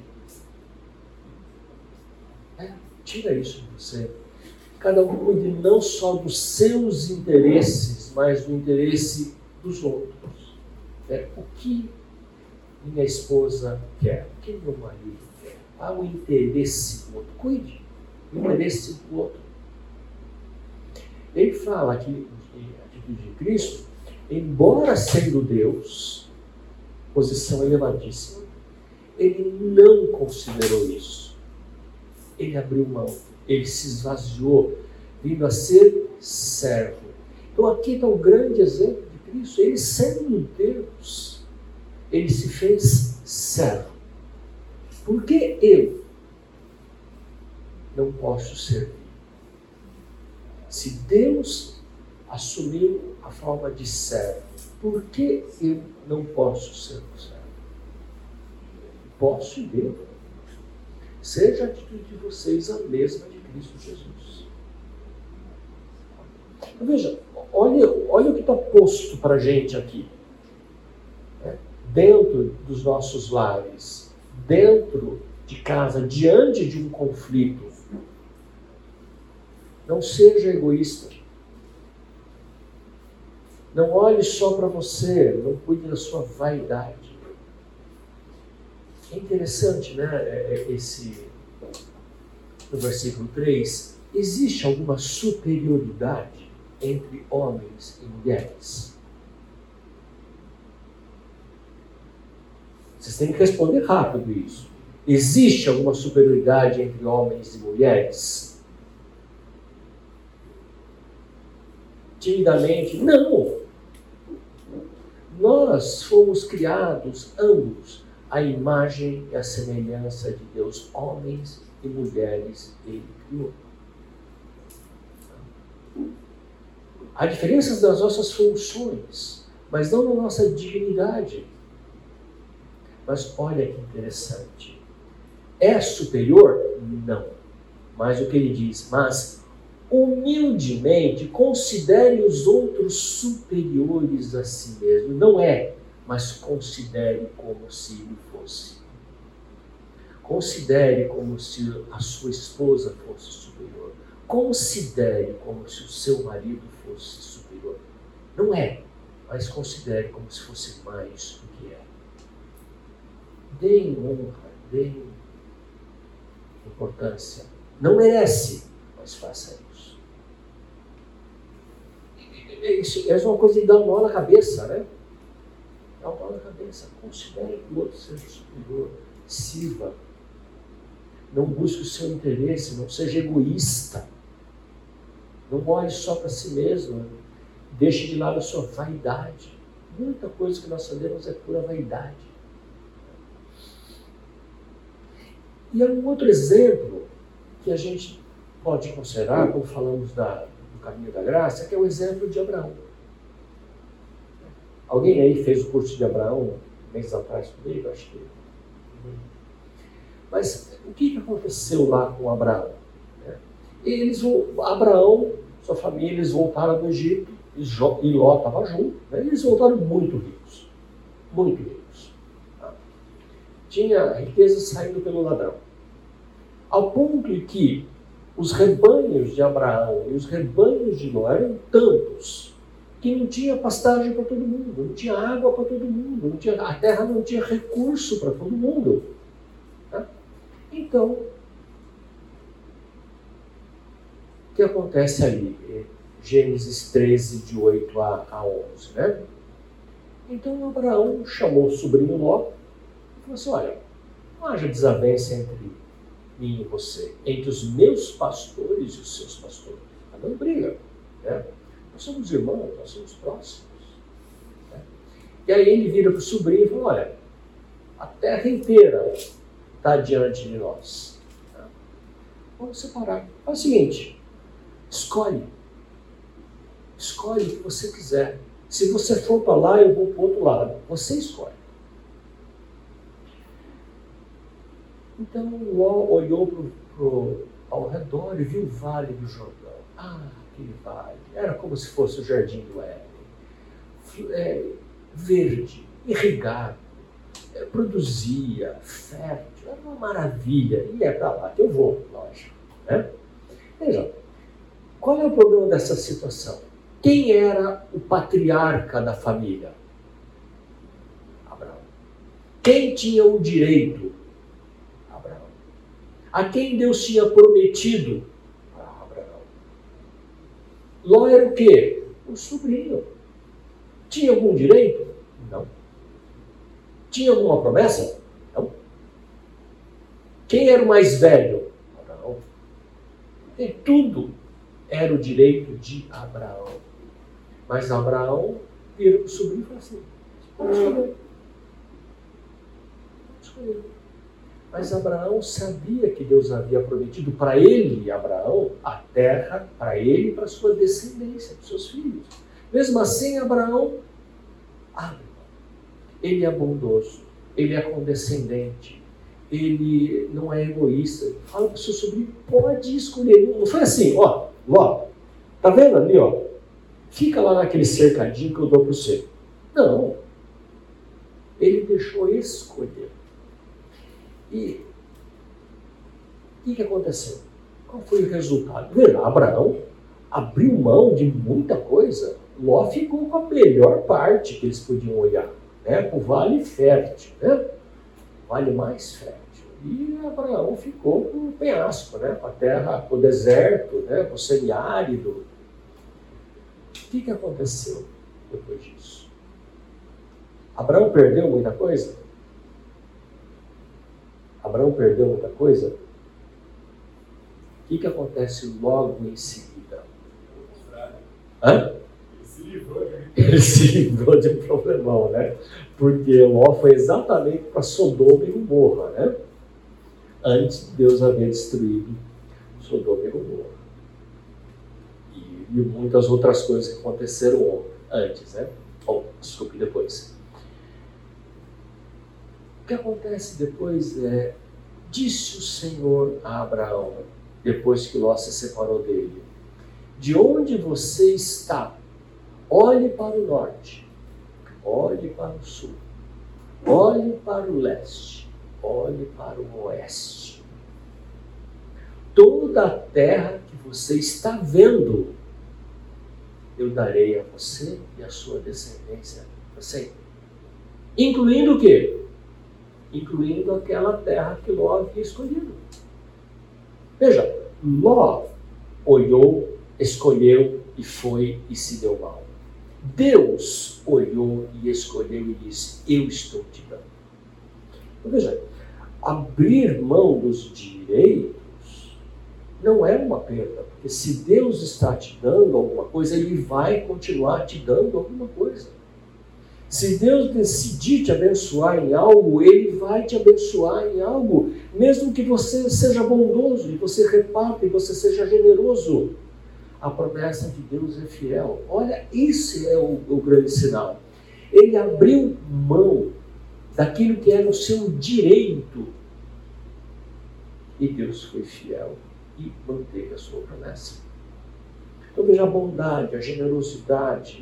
Tira isso de você. Cada um cuide não só dos seus interesses, mas do interesse dos outros. O que minha esposa quer? O que meu marido quer? Qual o interesse do outro? Cuide do interesse do outro. Ele fala aqui, a atitude de Cristo, embora sendo Deus, posição elevadíssima, ele não considerou isso. Ele abriu mão, ele se esvaziou, vindo a ser servo. Então aqui está o grande exemplo de Cristo. Ele, sendo Deus, ele se fez servo. Por que eu não posso servir? Se Deus assumiu a forma de servo, por que eu não posso ser servo? Posso e devo. Seja a atitude de vocês a mesma de Cristo Jesus. Então, veja, olha o que está posto para a gente aqui. Dentro dos nossos lares, dentro de casa, diante de um conflito. Não seja egoísta. Não olhe só para você, não cuide da sua vaidade. É interessante, né? No versículo 3, existe alguma superioridade entre homens e mulheres? Vocês têm que responder rápido isso. Existe alguma superioridade entre homens e mulheres? Timidamente, não. Nós fomos criados ambos à imagem e à semelhança de Deus, homens e mulheres ele criou. Há diferenças das nossas funções, mas não na nossa dignidade. Mas olha que interessante. É superior? Não. Mas o que ele diz? Mas, humildemente, considere os outros superiores a si mesmo. Não é, mas considere como se ele fosse. Considere como se a sua esposa fosse superior. Considere como se o seu marido fosse superior. Não é, mas considere como se fosse mais do que é. Deem honra, deem importância. Não merece, mas faça isso. Isso é uma coisa de dar um nó na cabeça, né? Dá um nó na cabeça. Considere o outro ser superior. Sirva. Não busque o seu interesse, não seja egoísta. Não olhe só para si mesmo. Deixe de lado a sua vaidade. Muita coisa que nós sabemos é pura vaidade. E há um outro exemplo que a gente pode considerar, quando falamos do caminho da graça, que é o exemplo de Abraão. Alguém aí fez o curso de Abraão meses atrás comigo? Acho que. Mas o que aconteceu lá com Abraão? Abraão, sua família, eles voltaram do Egito, e Ló estava junto, né? Eles voltaram muito ricos. Muito ricos. Tá? Tinha riqueza saindo pelo ladrão. Ao ponto em que os rebanhos de Abraão e os rebanhos de Ló eram tantos que não tinha pastagem para todo mundo, não tinha água para todo mundo, a terra não tinha recurso para todo mundo. Tá? Então, o que acontece ali? Gênesis 13, de 8 a 11, né? Então Abraão chamou o sobrinho Ló e falou assim: olha, não haja desavença entre mim e você, entre os meus pastores e os seus pastores. Não briga, né? Nós somos irmãos, nós somos próximos. Né? E aí ele vira para o sobrinho e fala: olha, a terra inteira está diante de nós. Tá? Vamos separar. Faz o seguinte, escolhe o que você quiser. Se você for para lá, eu vou para o outro lado. Você escolhe. Então Ló olhou ao redor e viu o vale do Jordão. Ah, aquele vale. Era como se fosse o jardim do Éden. Verde, irrigado, produzia, fértil. Era uma maravilha. E é para lá que eu vou, lógico. Né? Veja, qual é o problema dessa situação? Quem era o patriarca da família? Abraão. Quem tinha o direito? Abraão. A quem Deus tinha prometido? Abraão. Ló era o quê? O sobrinho. Tinha algum direito? Não. Tinha alguma promessa? Não. Quem era o mais velho? Abraão. E tudo era o direito de Abraão. Mas Abraão vira para o sobrinho e fala assim: pode escolher. Pode escolher. Mas Abraão sabia que Deus havia prometido para ele, Abraão, a terra, para ele e para sua descendência, para os seus filhos. Mesmo assim, Abraão abre. Ele é bondoso, ele é condescendente, ele não é egoísta. Ele fala para o seu sobrinho: pode escolher. Não foi assim, ó, tá vendo ali, ó? Fica lá naquele cercadinho que eu dou para você. Não. Ele deixou escolher. E o que aconteceu? Qual foi o resultado? Veja, Abraão abriu mão de muita coisa. Ló ficou com a melhor parte que eles podiam olhar, né? O vale fértil, né? O vale mais fértil. E Abraão ficou com o penhasco, né? Com a terra, com o deserto, né? Com o semiárido. O que aconteceu depois disso? Abraão perdeu muita coisa? Abraão perdeu muita coisa? O que acontece logo em seguida? Hã? Ele se livrou de um problemão, né? Porque Ló foi exatamente para Sodoma e Gomorra, né? Antes Deus havia destruído Sodoma e Gomorra. E muitas outras coisas que aconteceram antes, né? Desculpe, depois. O que acontece depois é: disse o Senhor a Abraão: depois que Ló se separou dele. De onde você está, olhe para o norte, olhe para o sul, olhe para o leste, olhe para o oeste. Toda a terra que você está vendo, eu darei a você e a sua descendência para sempre. Incluindo o quê? Incluindo aquela terra que Ló havia escolhido. Veja, Ló olhou, escolheu e foi e se deu mal. Deus olhou e escolheu e disse, eu estou te dando. Então, veja, abrir mão dos direitos não é uma perda, porque se Deus está te dando alguma coisa, Ele vai continuar te dando alguma coisa. Se Deus decidir te abençoar em algo, Ele vai te abençoar em algo, mesmo que você seja bondoso, e você reparta, e você seja generoso. A promessa de Deus é fiel. Olha, esse é o grande sinal. Ele abriu mão daquilo que era o seu direito, e Deus foi fiel e manteve a sua promessa. Então veja, a bondade, a generosidade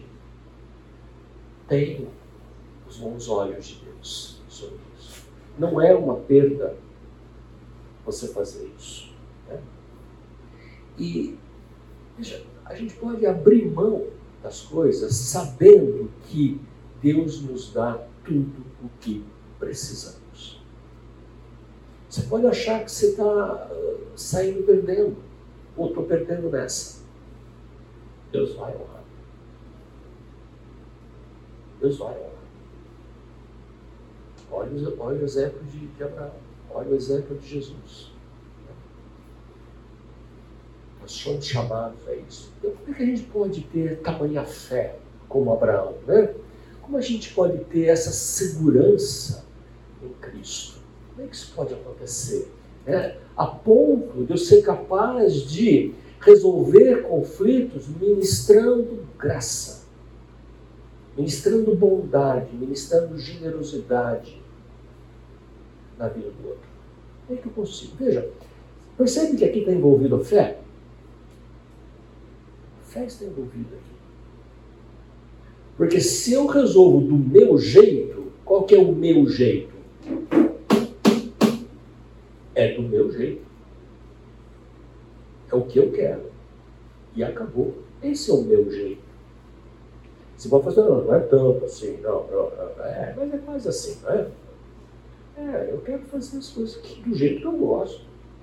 tem os bons olhos de Deus sobre isso. Não é uma perda você fazer isso, né? E veja, a gente pode abrir mão das coisas sabendo que Deus nos dá tudo o que precisamos. Você pode achar que você está saindo perdendo, ou estou perdendo nessa. Deus vai honrar. Deus vai honrar. Olha o exemplo de Abraão, olha o exemplo de Jesus. Nós somos chamados a isso. Então, como é que a gente pode ter tamanha fé como Abraão, né? Como a gente pode ter essa segurança em Cristo? Como é que isso pode acontecer? A ponto de eu ser capaz de resolver conflitos ministrando graça, ministrando bondade, ministrando generosidade na vida do outro. Como é que eu consigo? Veja, percebe que aqui está envolvido a fé? A fé está envolvida aqui. Porque se eu resolvo do meu jeito, qual que é o meu jeito? É do meu jeito. É o que eu quero. E acabou. Esse é o meu jeito. Você pode fazer, não é tanto assim, não, mas é quase assim, não é? Eu quero fazer as coisas do jeito que eu gosto.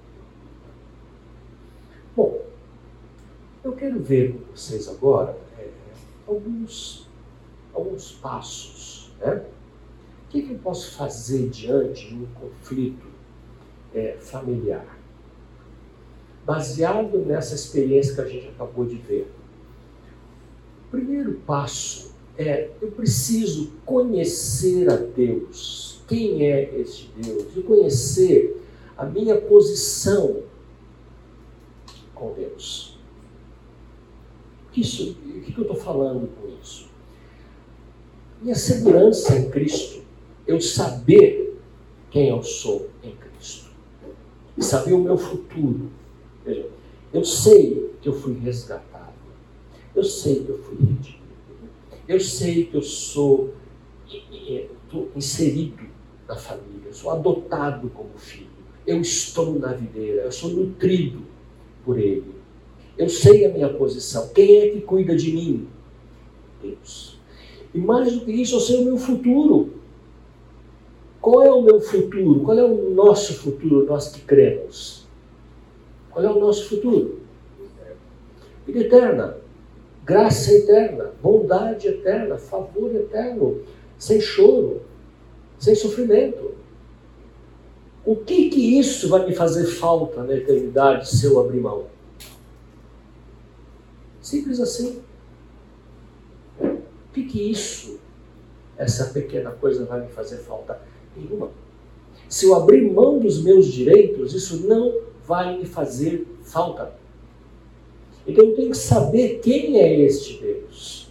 Bom, eu quero ver com vocês agora alguns passos, né? O que eu posso fazer diante de um conflito familiar? Baseado nessa experiência que a gente acabou de ver. O primeiro passo eu preciso conhecer a Deus. Quem é este Deus? E conhecer a minha posição com Deus. O que eu estou falando com isso? Minha segurança em Cristo. Eu saber quem eu sou em Cristo. E saber o meu futuro. Veja, eu sei que eu fui resgatado. Eu sei que eu fui redimido. Eu sei que eu estou inserido na família. Eu sou adotado como filho. Eu estou na videira. Eu sou nutrido por Ele. Eu sei a minha posição. Quem é que cuida de mim? Deus. E mais do que isso, eu sei o meu futuro. Qual é o meu futuro? Qual é o nosso futuro, nós que cremos? Qual é o nosso futuro? Vida eterna, graça eterna, bondade eterna, favor eterno, sem choro, sem sofrimento. O que isso vai me fazer falta na eternidade se eu abrir mão? Simples assim. O que isso, essa pequena coisa, vai me fazer falta? Nenhuma. Se eu abrir mão dos meus direitos, isso não vai me fazer falta. Então eu tenho que saber quem é este Deus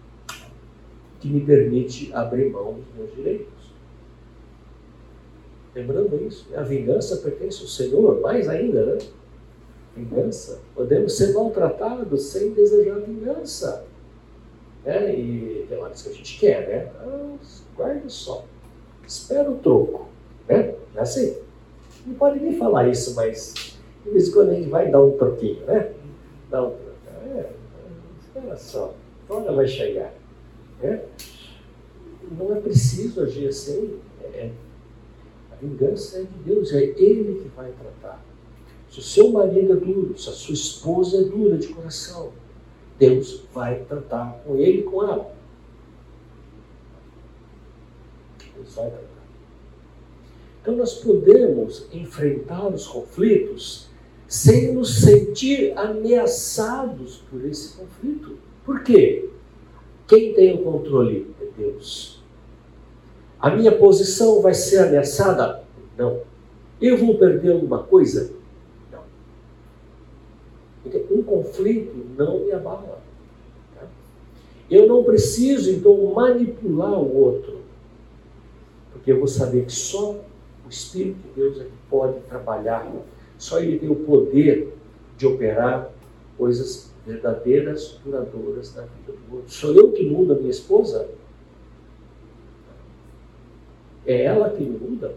que me permite abrir mão dos meus direitos. Lembrando isso, a vingança pertence ao Senhor, mais ainda, né? Vingança. Podemos ser maltratados sem desejar vingança. Né? E tem horas que a gente quer, né? Mas guarde só. Espera o troco. Né? É assim. Não pode nem falar isso, mas de vez em quando a gente vai dar um troquinho, né? Dá um troquinho. Espera só. A hora vai chegar. Né? Não é preciso agir assim. A vingança é de Deus, é Ele que vai tratar. Se o seu marido é duro, se a sua esposa é dura de coração, Deus vai tratar com ele e com ela. Deus vai tratar. Então nós podemos enfrentar os conflitos sem nos sentir ameaçados por esse conflito. Por quê? Quem tem o controle é Deus. A minha posição vai ser ameaçada? Não. Eu vou perder alguma coisa? Não. Então, um conflito não me abala. Tá? Eu não preciso, então, manipular o outro. Porque eu vou saber que só o Espírito de Deus é que pode trabalhar. Só Ele tem o poder de operar coisas verdadeiras, duradouras na vida do outro. Sou eu que mudo a minha esposa? É ela que me muda?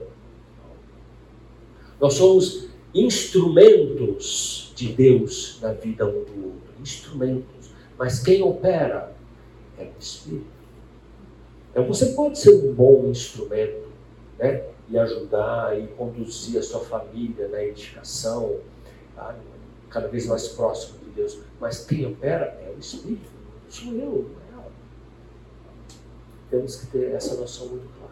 Nós somos instrumentos de Deus na vida um do outro. Instrumentos. Mas quem opera é o Espírito. Então você pode ser um bom instrumento, né? E ajudar e conduzir a sua família na edificação, tá? Cada vez mais próximo de Deus. Mas quem opera é o Espírito. Não sou eu, não é ela. Temos que ter essa noção muito clara.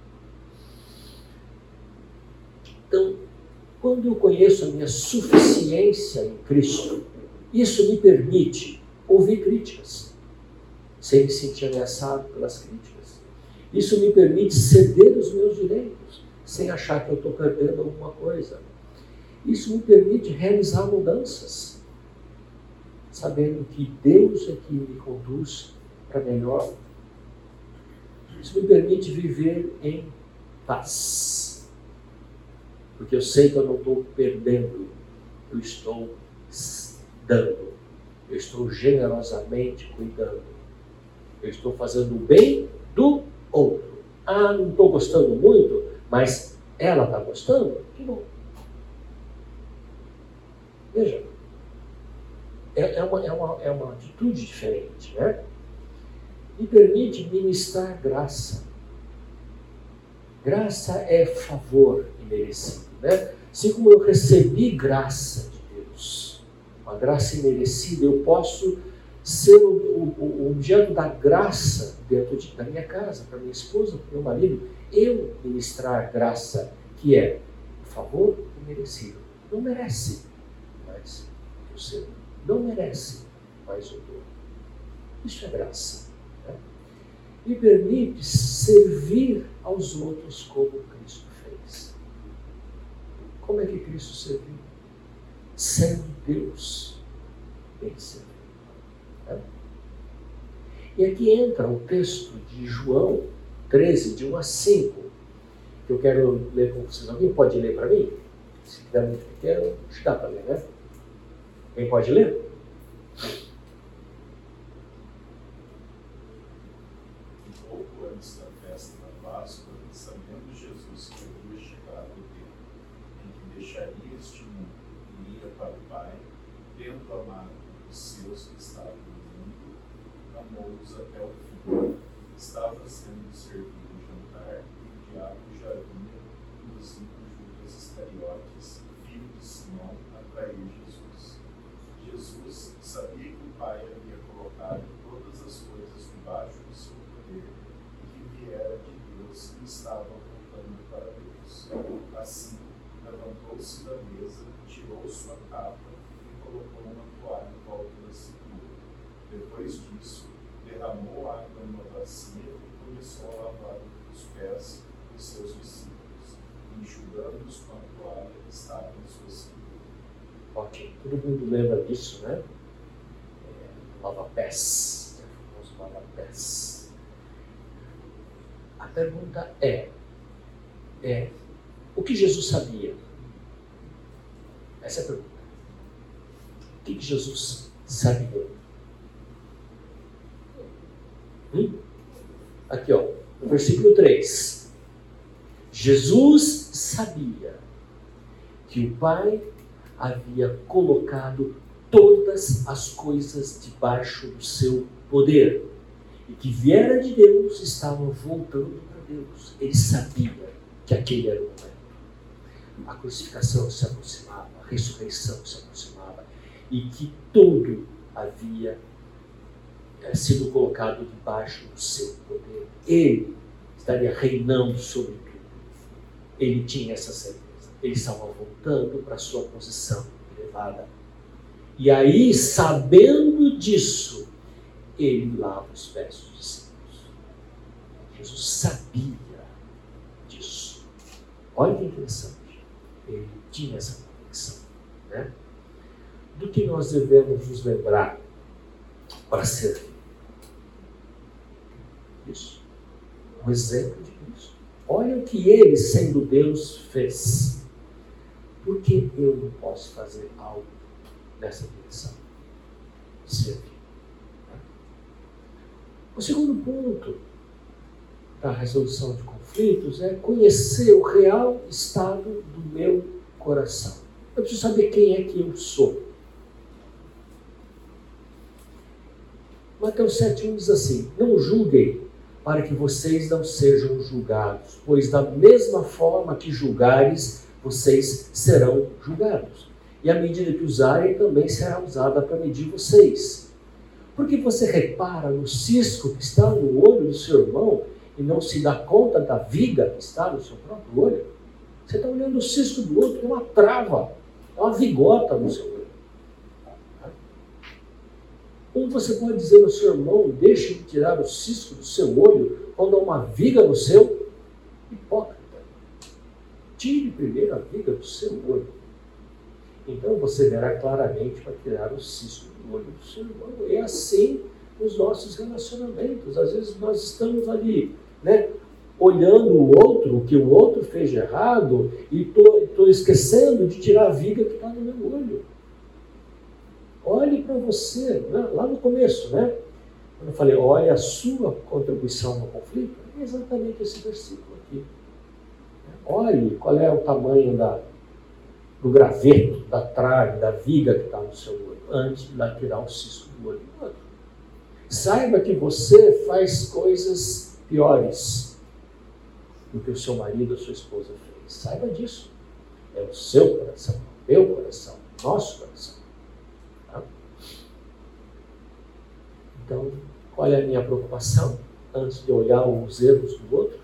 Então, quando eu conheço a minha suficiência em Cristo, isso me permite ouvir críticas, sem me sentir ameaçado pelas críticas. Isso me permite ceder os meus direitos, sem achar que eu estou perdendo alguma coisa. Isso me permite realizar mudanças, sabendo que Deus é que me conduz para melhor. Isso me permite viver em paz. Porque eu sei que eu não estou perdendo, eu estou dando, eu estou generosamente cuidando, eu estou fazendo o bem do outro. Ah, não estou gostando muito, mas ela está gostando? Que bom. Veja, é uma atitude diferente, né? E permite ministrar graça. Graça é favor imerecido, né? Assim como eu recebi graça de Deus, uma graça imerecida, eu posso ser o objeto da graça dentro da minha casa, para minha esposa, para meu marido. Eu ministrar graça, que é o favor imerecido. Não merece, mas você não merece, mas eu dou. Isso é graça. Me permite servir aos outros como Cristo fez. Como é que Cristo serviu? Sendo Deus, ele serviu. E aqui entra o texto de João 13, de 1 a 5, que eu quero ler com vocês. Alguém pode ler para mim? Se quiser muito pequeno, dá para ler, né? Quem pode ler? Antes da festa da Páscoa, sabendo Jesus que havia chegado o tempo em que deixaria este mundo e ia para o Pai, tendo amado os seus que estavam no mundo, amou-os até o fim. Estava sendo servido o jantar e o diabo já havia induzido Judas Iscariotes, filho de Simão, a trair Jesus. Jesus sabia que o Pai havia colocado todas as coisas debaixo do seu poder, era de Deus e estava voltando para Deus. Assim, levantou-se da mesa, tirou sua capa e colocou uma toalha em volta da cintura. Depois disso, derramou água numa bacia e começou a lavar os pés dos seus discípulos, enxugando-os com a toalha que estava em sua cintura. Ok, todo mundo lembra disso, né? Lava-pés, o famoso lava-pés. A pergunta é, O que Jesus sabia? Essa é a pergunta. O que Jesus sabia? Aqui, ó, no versículo 3. Jesus sabia que o Pai havia colocado todas as coisas debaixo do seu poder e que viera de Deus estavam voltando para Deus. Ele sabia que aquele era o momento. A crucificação se aproximava, a ressurreição se aproximava e que tudo havia sido colocado debaixo do seu poder. Ele estaria reinando sobre tudo. Ele tinha essa certeza. Ele estava voltando para a sua posição elevada. E aí, sabendo disso, ele lava os pés dos discípulos. Jesus sabia disso. Olha que interessante. Ele tinha essa convicção, né? Do que nós devemos nos lembrar para servir. Isso. Um exemplo de Cristo. Olha o que ele, sendo Deus, fez. Por que eu não posso fazer algo nessa direção? Servir. O segundo ponto da resolução de conflitos é conhecer o real estado do meu coração. Eu preciso saber quem é que eu sou. Mateus 7,1 diz assim: não julguem para que vocês não sejam julgados, pois da mesma forma que julgares, vocês serão julgados. E a medida que usarem também será usada para medir vocês. Porque você repara no cisco que está no olho do seu irmão e não se dá conta da viga que está no seu próprio olho? Você está olhando o cisco do outro, é uma trava, é uma vigota no seu olho. Como você pode dizer ao seu irmão, deixe de tirar o cisco do seu olho quando há uma viga no seu? Hipócrita. Tire primeiro a viga do seu olho. Então você verá claramente para tirar o cisco do olho do seu irmão. É assim nos nossos relacionamentos. Às vezes nós estamos ali, né, olhando o outro, o que o outro fez de errado, e estou esquecendo de tirar a viga que está no meu olho. Olhe para você, né? Lá no começo, né? Quando eu falei, olhe a sua contribuição no conflito, é exatamente esse versículo aqui. Olhe qual é o tamanho do graveto, da trave, da viga que está no seu olho, antes de lá tirar o cisco do olho do outro. Saiba que você faz coisas piores do que o seu marido ou sua esposa fez. Saiba disso. É o seu coração, o meu coração, o nosso coração. Então, qual é a minha preocupação antes de olhar os erros do outro?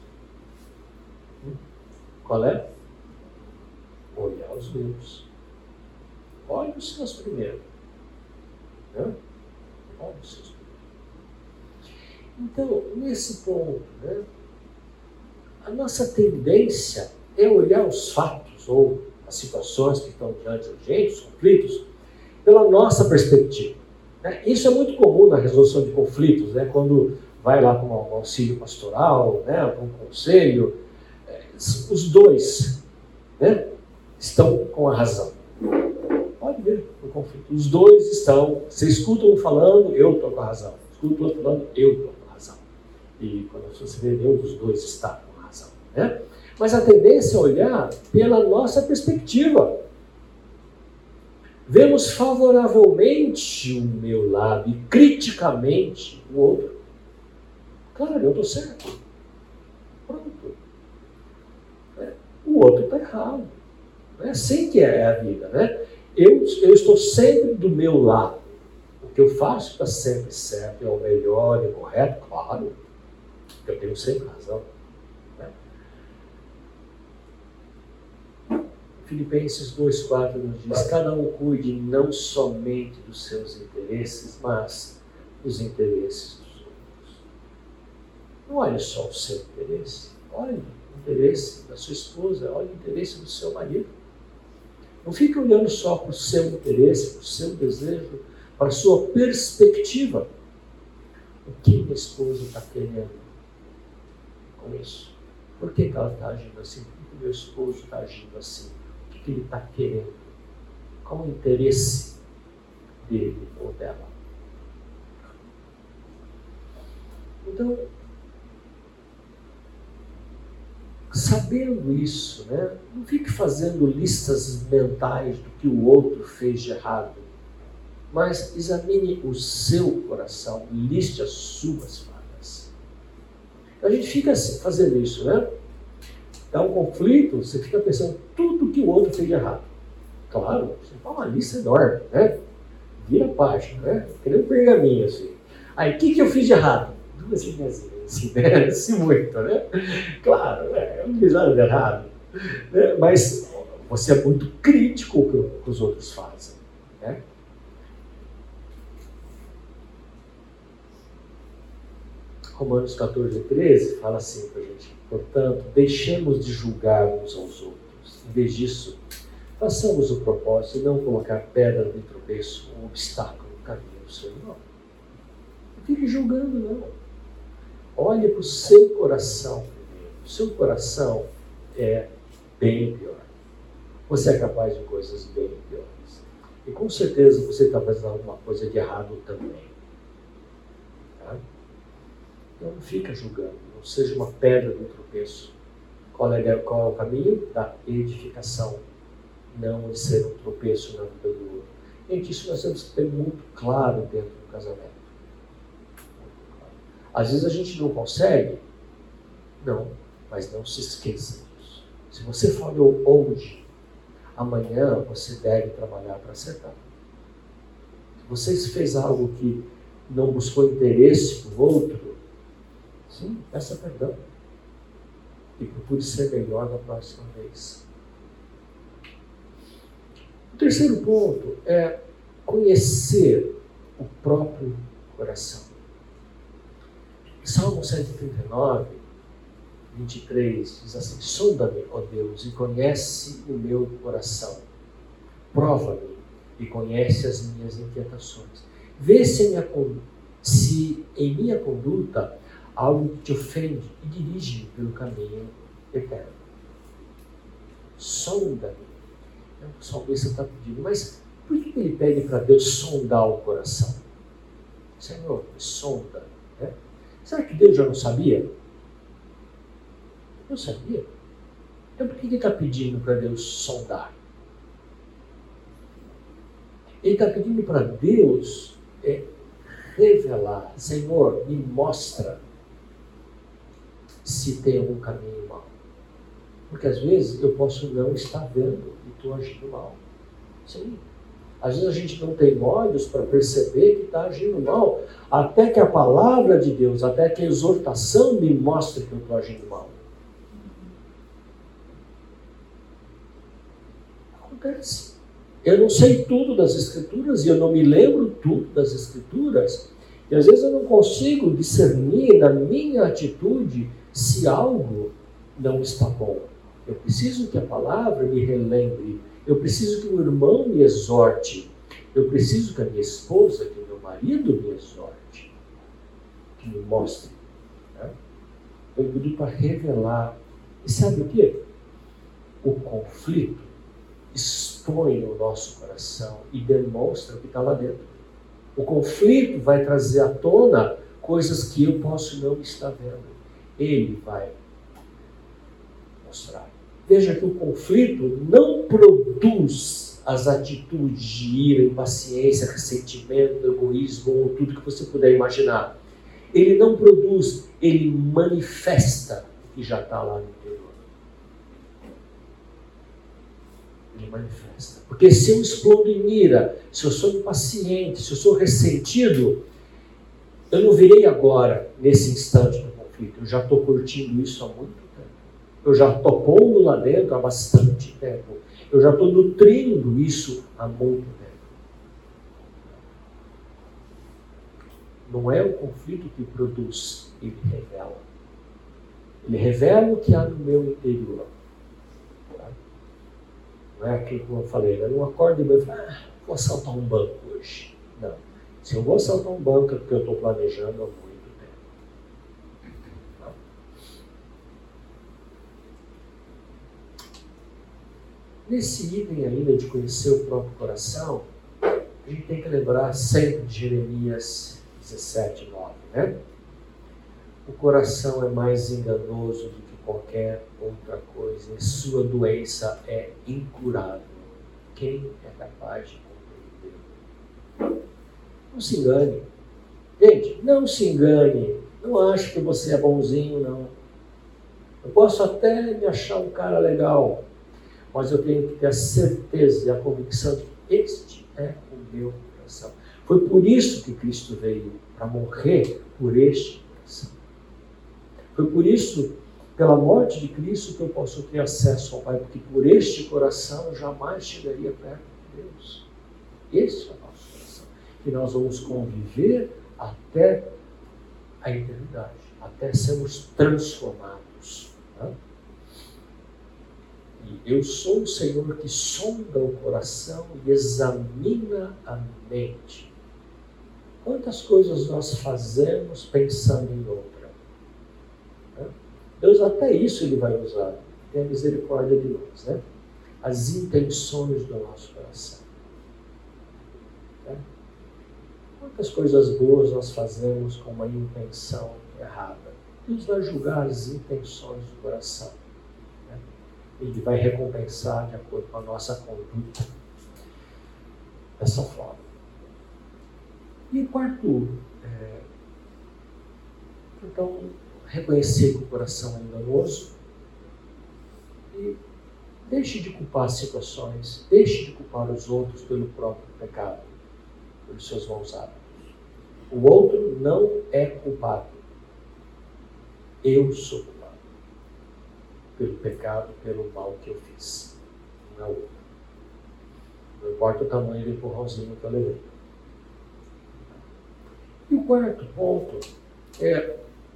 Qual é? Olhar os meus. Olhe os seus primeiro. Né? Olhe os seus primeiro. Então, nesse ponto, né, a nossa tendência é olhar os fatos ou as situações que estão diante da gente, os conflitos, pela nossa perspectiva. Isso é muito comum na resolução de conflitos, né? Quando vai lá com um auxílio pastoral, né? Um conselho, os dois, né, estão com a razão. Pode ver o conflito. Os dois estão, você escuta um falando, eu estou com a razão. Escuta o outro falando, eu estou com a razão. E quando você vê, nenhum dos dois está com a razão. Né? Mas a tendência é olhar pela nossa perspectiva. Vemos favoravelmente o meu lado e criticamente o outro. Claro, eu estou certo. Pronto. O outro está errado. É assim que é a vida. Né? Eu estou sempre do meu lado. O que eu faço está sempre certo, é o melhor, é correto, claro. Eu tenho sempre razão. Filipenses 2,4 nos diz: cada um cuide não somente dos seus interesses, mas dos interesses dos outros. Não olhe só o seu interesse, olhe o interesse da sua esposa, olhe o interesse do seu marido. Não fique olhando só para o seu interesse, para o seu desejo, para a sua perspectiva. O que minha esposa está querendo com isso? Por que ela está agindo assim? meu esposo está agindo assim? O que ele está querendo? Qual o interesse dele ou dela? Então, sabendo isso, né, não fique fazendo listas mentais do que o outro fez de errado, mas examine o seu coração, liste as suas falhas. A gente fica assim, fazendo isso, né? Dá um conflito, você fica pensando tudo que o outro fez de errado. Claro, você faz uma lista enorme, né? Vira a página, né? Que nem um pergaminho, assim. Aí, o que eu fiz de errado? 2 linhas, assim, né? Assim muito, né? Claro, né? Eu não fiz nada de errado. Né? Mas você é muito crítico com o que os outros fazem, né? Romanos 14, 13 fala assim para a gente: portanto, deixemos de julgar uns aos outros. Em vez disso, façamos o propósito de não colocar pedra de tropeço, um obstáculo no caminho do seu irmão. Não fique julgando, não. Olhe para o seu coração primeiro. O seu coração é bem pior. Você é capaz de coisas bem piores. E com certeza você está fazendo alguma coisa de errado também. Tá? Então não fica julgando. Não seja uma pedra de tropeço. Qual é o caminho? Da edificação. Não de ser um tropeço na vida do outro. Gente, isso nós temos que ter muito claro dentro do casamento. Às vezes a gente não consegue, não, mas não se esqueça disso. Se você falhou hoje, amanhã você deve trabalhar para acertar. Se você fez algo que não buscou interesse do outro, sim, peça perdão. E procure ser melhor na próxima vez. O terceiro ponto é conhecer o próprio coração. Salmo 139, 23, diz assim: sonda-me, ó Deus, e conhece o meu coração. Prova-me e conhece as minhas inquietações. Vê se em minha conduta há algo que te ofende e dirige-me pelo caminho eterno. Sonda-me. O salmista está pedindo, mas por que ele pede para Deus sondar o coração? Senhor, me sonda. Né? Será que Deus já não sabia? Não sabia. Então por que ele está pedindo para Deus sondar? Ele está pedindo para Deus revelar. Senhor, me mostra se tem algum caminho mau. Porque às vezes eu posso não estar vendo e estou agindo mal. Sim. Às vezes a gente não tem olhos para perceber que está agindo mal, até que a palavra de Deus, até que a exortação me mostre que eu estou agindo mal. Acontece. Eu não sei tudo das Escrituras e eu não me lembro tudo das Escrituras. E às vezes eu não consigo discernir na minha atitude se algo não está bom. Eu preciso que a palavra me relembre. Eu preciso que o irmão me exorte. Eu preciso que a minha esposa, que o meu marido me exorte. Que me mostre. Né? Eu pedi para revelar. E sabe o quê? O conflito expõe no nosso coração e demonstra o que está lá dentro. O conflito vai trazer à tona coisas que eu posso não estar vendo. Ele vai mostrar. Veja que o conflito não produz as atitudes de ira, impaciência, ressentimento, egoísmo ou tudo que você puder imaginar. Ele não produz, ele manifesta o que já está lá no interior. Ele manifesta. Porque se eu explodo em ira, se eu sou impaciente, se eu sou ressentido, eu não virei agora, nesse instante do conflito. Eu já estou curtindo isso há muito tempo. Eu já estou pondo lá dentro há bastante tempo. Eu já estou nutrindo isso há muito tempo. Não é o conflito que produz, ele revela. Ele revela o que há no meu interior. Não é aquilo que eu falei, eu não acordo e vou falar, vou assaltar um banco hoje. Não. Se eu vou assaltar um banco é porque eu estou planejando há muito tempo. Não. Nesse item ainda de conhecer o próprio coração, a gente tem que lembrar sempre de Jeremias 17, 9, né? O coração é mais enganoso do que qualquer outra coisa e sua doença é incurável. Quem é capaz de compreender? Não se engane. Gente, não se engane. Não ache que você é bonzinho, não. Eu posso até me achar um cara legal, mas eu tenho que ter a certeza e a convicção de que este é o meu coração. Foi por isso que Cristo veio, para morrer por este coração. Foi por isso, pela morte de Cristo, que eu posso ter acesso ao Pai, porque por este coração eu jamais chegaria perto de Deus. Este é o nosso coração. E nós vamos conviver até a eternidade, até sermos transformados. Né? E eu sou o Senhor que sonda o coração e examina a mente. Quantas coisas nós fazemos pensando em outra? Deus até isso Ele vai usar. Tem a misericórdia de nós, né? As intenções do nosso coração. Né? Quantas coisas boas nós fazemos com uma intenção errada? Deus vai julgar as intenções do coração. Né? Ele vai recompensar de acordo com a nossa conduta. Dessa forma. E o quarto, então, reconhecer que o coração é enganoso e deixe de culpar situações, deixe de culpar os outros pelo próprio pecado, pelos seus maus hábitos. O outro não é culpado. Eu sou culpado pelo pecado, pelo mal que eu fiz. Não é o outro. Não importa o tamanho do empurrãozinho que eu levei. E o quarto ponto é: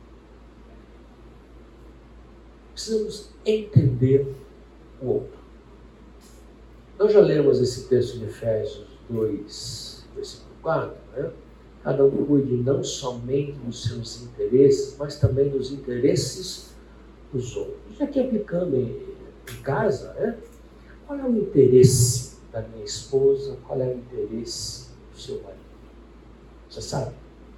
precisamos entender o outro. Nós já lemos esse texto de Efésios 2, versículo 4, né? Cada um cuide não somente dos seus interesses, mas também dos interesses dos outros. Já que aplicando em casa, né? Qual é o interesse da minha esposa? Qual é o interesse do seu marido? Você sabe?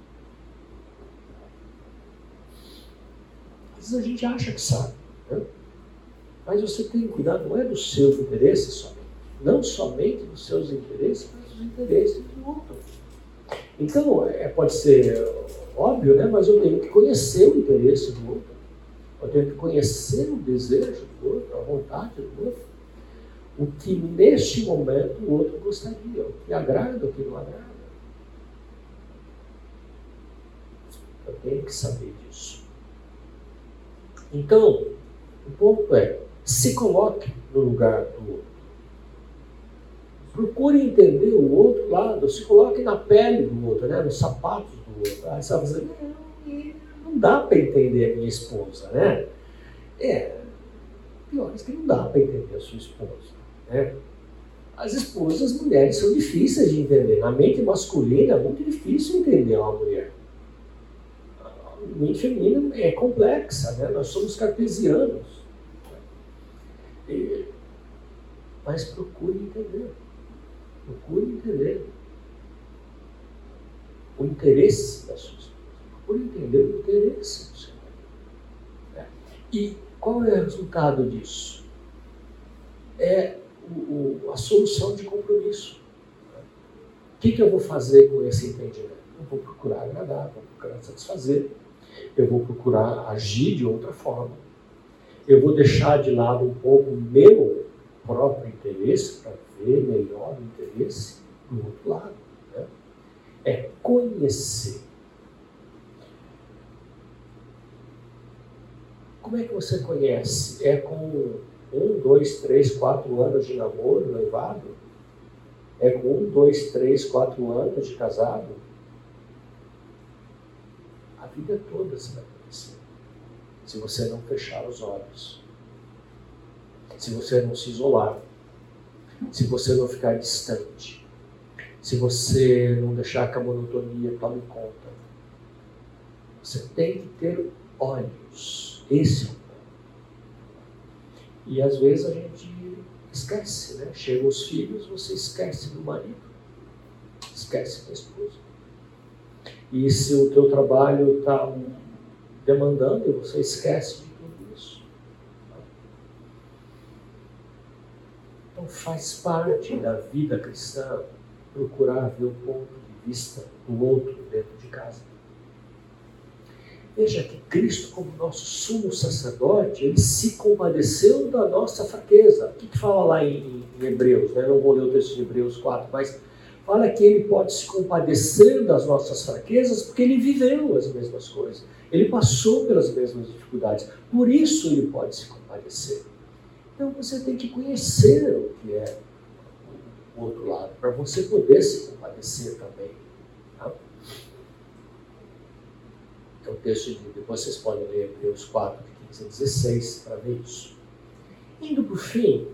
Às vezes a gente acha que sabe. Mas você tem que cuidar, não é dos seus interesses somente, não somente dos seus interesses, mas dos interesses do outro. Então, pode ser óbvio, né? Mas eu tenho que conhecer o interesse do outro, eu tenho que conhecer o desejo do outro, a vontade do outro, o que neste momento o outro gostaria, o que agrada, o que não agrada. Eu tenho que saber disso. Então, o ponto é: se coloque no lugar do outro. Procure entender o outro lado, se coloque na pele do outro, né? Nos sapatos do outro. Aí você vai dizer: não dá para entender a minha esposa, né? Pior é que não dá para entender a sua esposa, né? As esposas, as mulheres são difíceis de entender. Na mente masculina é muito difícil entender uma mulher. A mente feminina é complexa, né? Nós somos cartesianos. Mas procure entender. Procure entender o interesse da sua esposa. Procure entender o interesse do seu marido. E qual é o resultado disso? É a solução de compromisso. O que eu vou fazer com esse entendimento? Eu vou procurar agradar, vou procurar satisfazer, eu vou procurar agir de outra forma, eu vou deixar de lado um pouco o meu próprio interesse para ver melhor o interesse do outro lado. Né? É conhecer. Como é que você conhece? É com 1, 2, 3, 4 anos de namoro, noivado? É com 1, 2, 3, 4 anos de casado? A vida toda você vai conhecer. Se você não fechar os olhos. Se você não se isolar. Se você não ficar distante. Se você não deixar que a monotonia tome conta. Você tem que ter olhos. Esse é o ponto. E às vezes a gente esquece, né? Chegam os filhos, você esquece do marido, esquece da esposa. E se o teu trabalho está demandando, você esquece de tudo isso. Então faz parte da vida cristã procurar ver o ponto de vista do outro dentro de casa. Veja que Cristo, como nosso sumo sacerdote, ele se compadeceu da nossa fraqueza. O que fala lá em Hebreus? Né? Não vou ler o texto de Hebreus 4, mas fala que ele pode se compadecer das nossas fraquezas porque ele viveu as mesmas coisas. Ele passou pelas mesmas dificuldades. Por isso ele pode se compadecer. Então você tem que conhecer o que é o outro lado, para você poder se compadecer também. Tá? É o texto de, depois vocês podem ler Hebreus 4, de 15 a 16, para ver isso. Indo para o fim,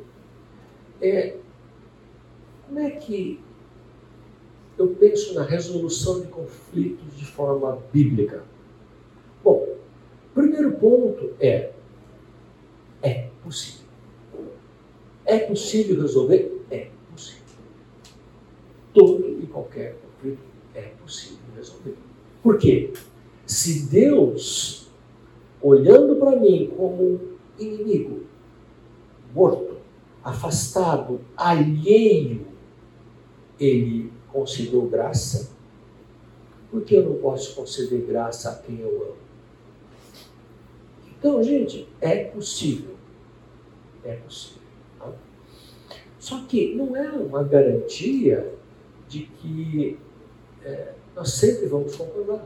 como é que eu penso na resolução de conflitos de forma bíblica? Bom, o primeiro ponto é possível. É possível resolver? É possível. Todo e qualquer conflito é possível resolver. Por quê? Se Deus, olhando para mim como inimigo, morto, afastado, alheio, Ele concedeu graça, por que eu não posso conceder graça a quem eu amo? Então, gente, é possível. É possível. Tá? Só que não é uma garantia de que nós sempre vamos concordar.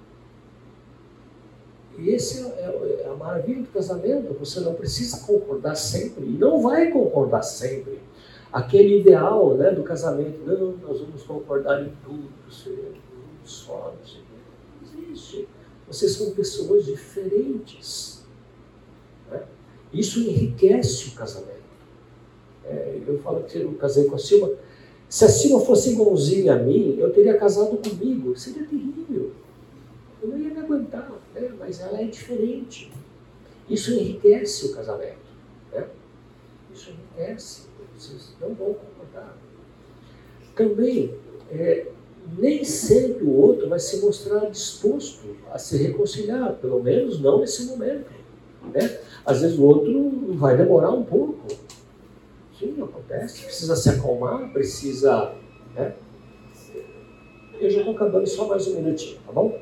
E esse é a maravilha do casamento. Você não precisa concordar sempre. E não vai concordar sempre. Aquele ideal, né, do casamento. Não, nós vamos concordar em tudo. Um só, não sei o que. Não existe. Vocês são pessoas diferentes. Né? Isso enriquece o casamento. Eu falo que eu casei com a Silma. Se a Silma fosse igualzinha a mim, eu teria casado comigo. Seria terrível. Eu não ia me aguentar, né? Mas ela é diferente. Isso enriquece o casamento. Né? Isso enriquece. Vocês não vão concordar. Também, nem sempre o outro vai se mostrar disposto a se reconciliar, pelo menos não nesse momento. Né? Às vezes o outro vai demorar um pouco. Sim, acontece. Precisa se acalmar, precisa... Né? Eu já estou acabando, só mais um minutinho, tá bom?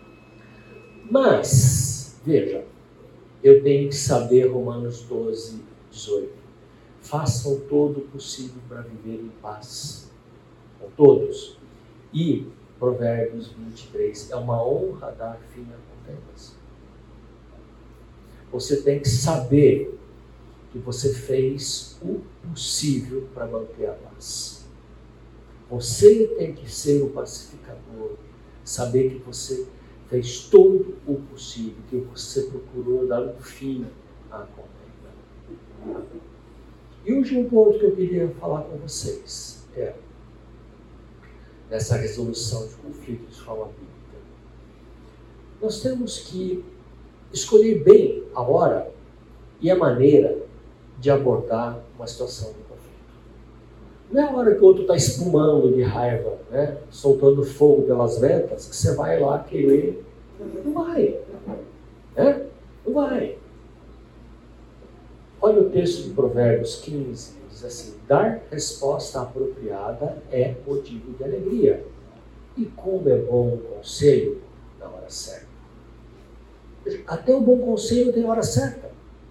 Mas, veja, eu tenho que saber Romanos 12, 18. Façam todo o possível para viver em paz com todos. E Provérbios 23, é uma honra dar fim a contendas. Você tem que saber que você fez o possível para manter a paz. Você tem que ser o pacificador, saber que você fez todo o possível, que você procurou dar um fim à contenda. E o último ponto que eu queria falar com vocês nessa resolução de conflitos de forma bíblica. Nós temos que escolher bem a hora e a maneira de abordar uma situação de conflito. Não é a hora que o outro está espumando de raiva, né? Soltando fogo pelas ventas, que você vai lá querer. Não vai. Né? Não vai. Olha o texto de Provérbios 15, diz assim: dar resposta apropriada é motivo de alegria. E como é bom o conselho na hora certa. Até o bom conselho tem hora certa.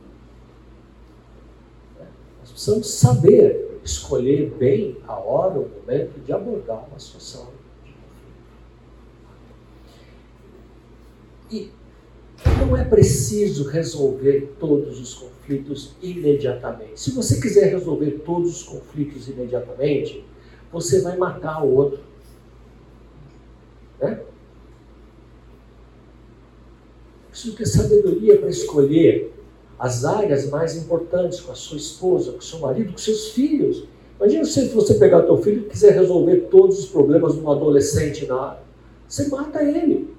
Nós precisamos saber escolher bem a hora, o momento de abordar uma situação de conflito. E não é preciso resolver todos os conflitos imediatamente. Se você quiser resolver todos os conflitos imediatamente, você vai matar o outro. Né? Preciso ter sabedoria para escolher as áreas mais importantes com a sua esposa, com o seu marido, com seus filhos. Imagina se você pegar o teu filho e quiser resolver todos os problemas de um adolescente na área. Você mata ele.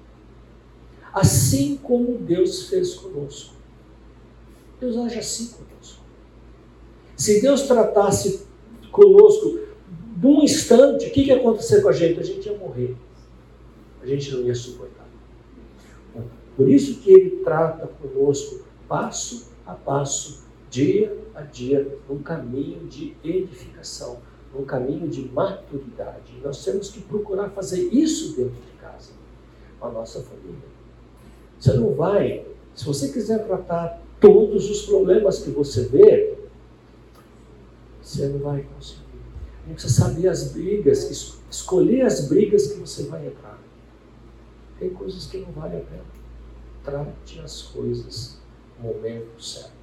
Assim como Deus fez conosco. Deus age assim conosco. Se Deus tratasse conosco num instante, o que ia acontecer com a gente? A gente ia morrer. A gente não ia suportar. Por isso que Ele trata conosco passo a passo, dia a dia, num caminho de edificação, num caminho de maturidade. E nós temos que procurar fazer isso dentro de casa, com a nossa família. Você não vai, se você quiser tratar todos os problemas que você vê, você não vai conseguir. A gente precisa saber as brigas, escolher as brigas que você vai entrar. Tem coisas que não valem a pena. Trate as coisas no momento certo.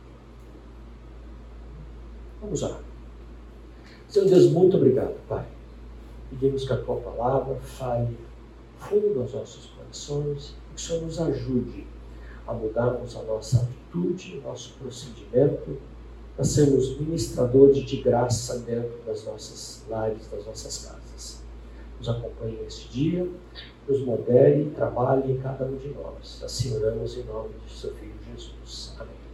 Vamos lá. Senhor Deus, muito obrigado, Pai. Pedimos que a Tua palavra fale fundo aos nossos corações e que o Senhor nos ajude a mudarmos a nossa atitude, o nosso procedimento, para sermos ministradores de graça dentro das nossas lares, das nossas casas. Nos acompanhe neste dia, nos modere e trabalhe em cada um de nós. Assim oramos em nome de Seu Filho Jesus. Amém.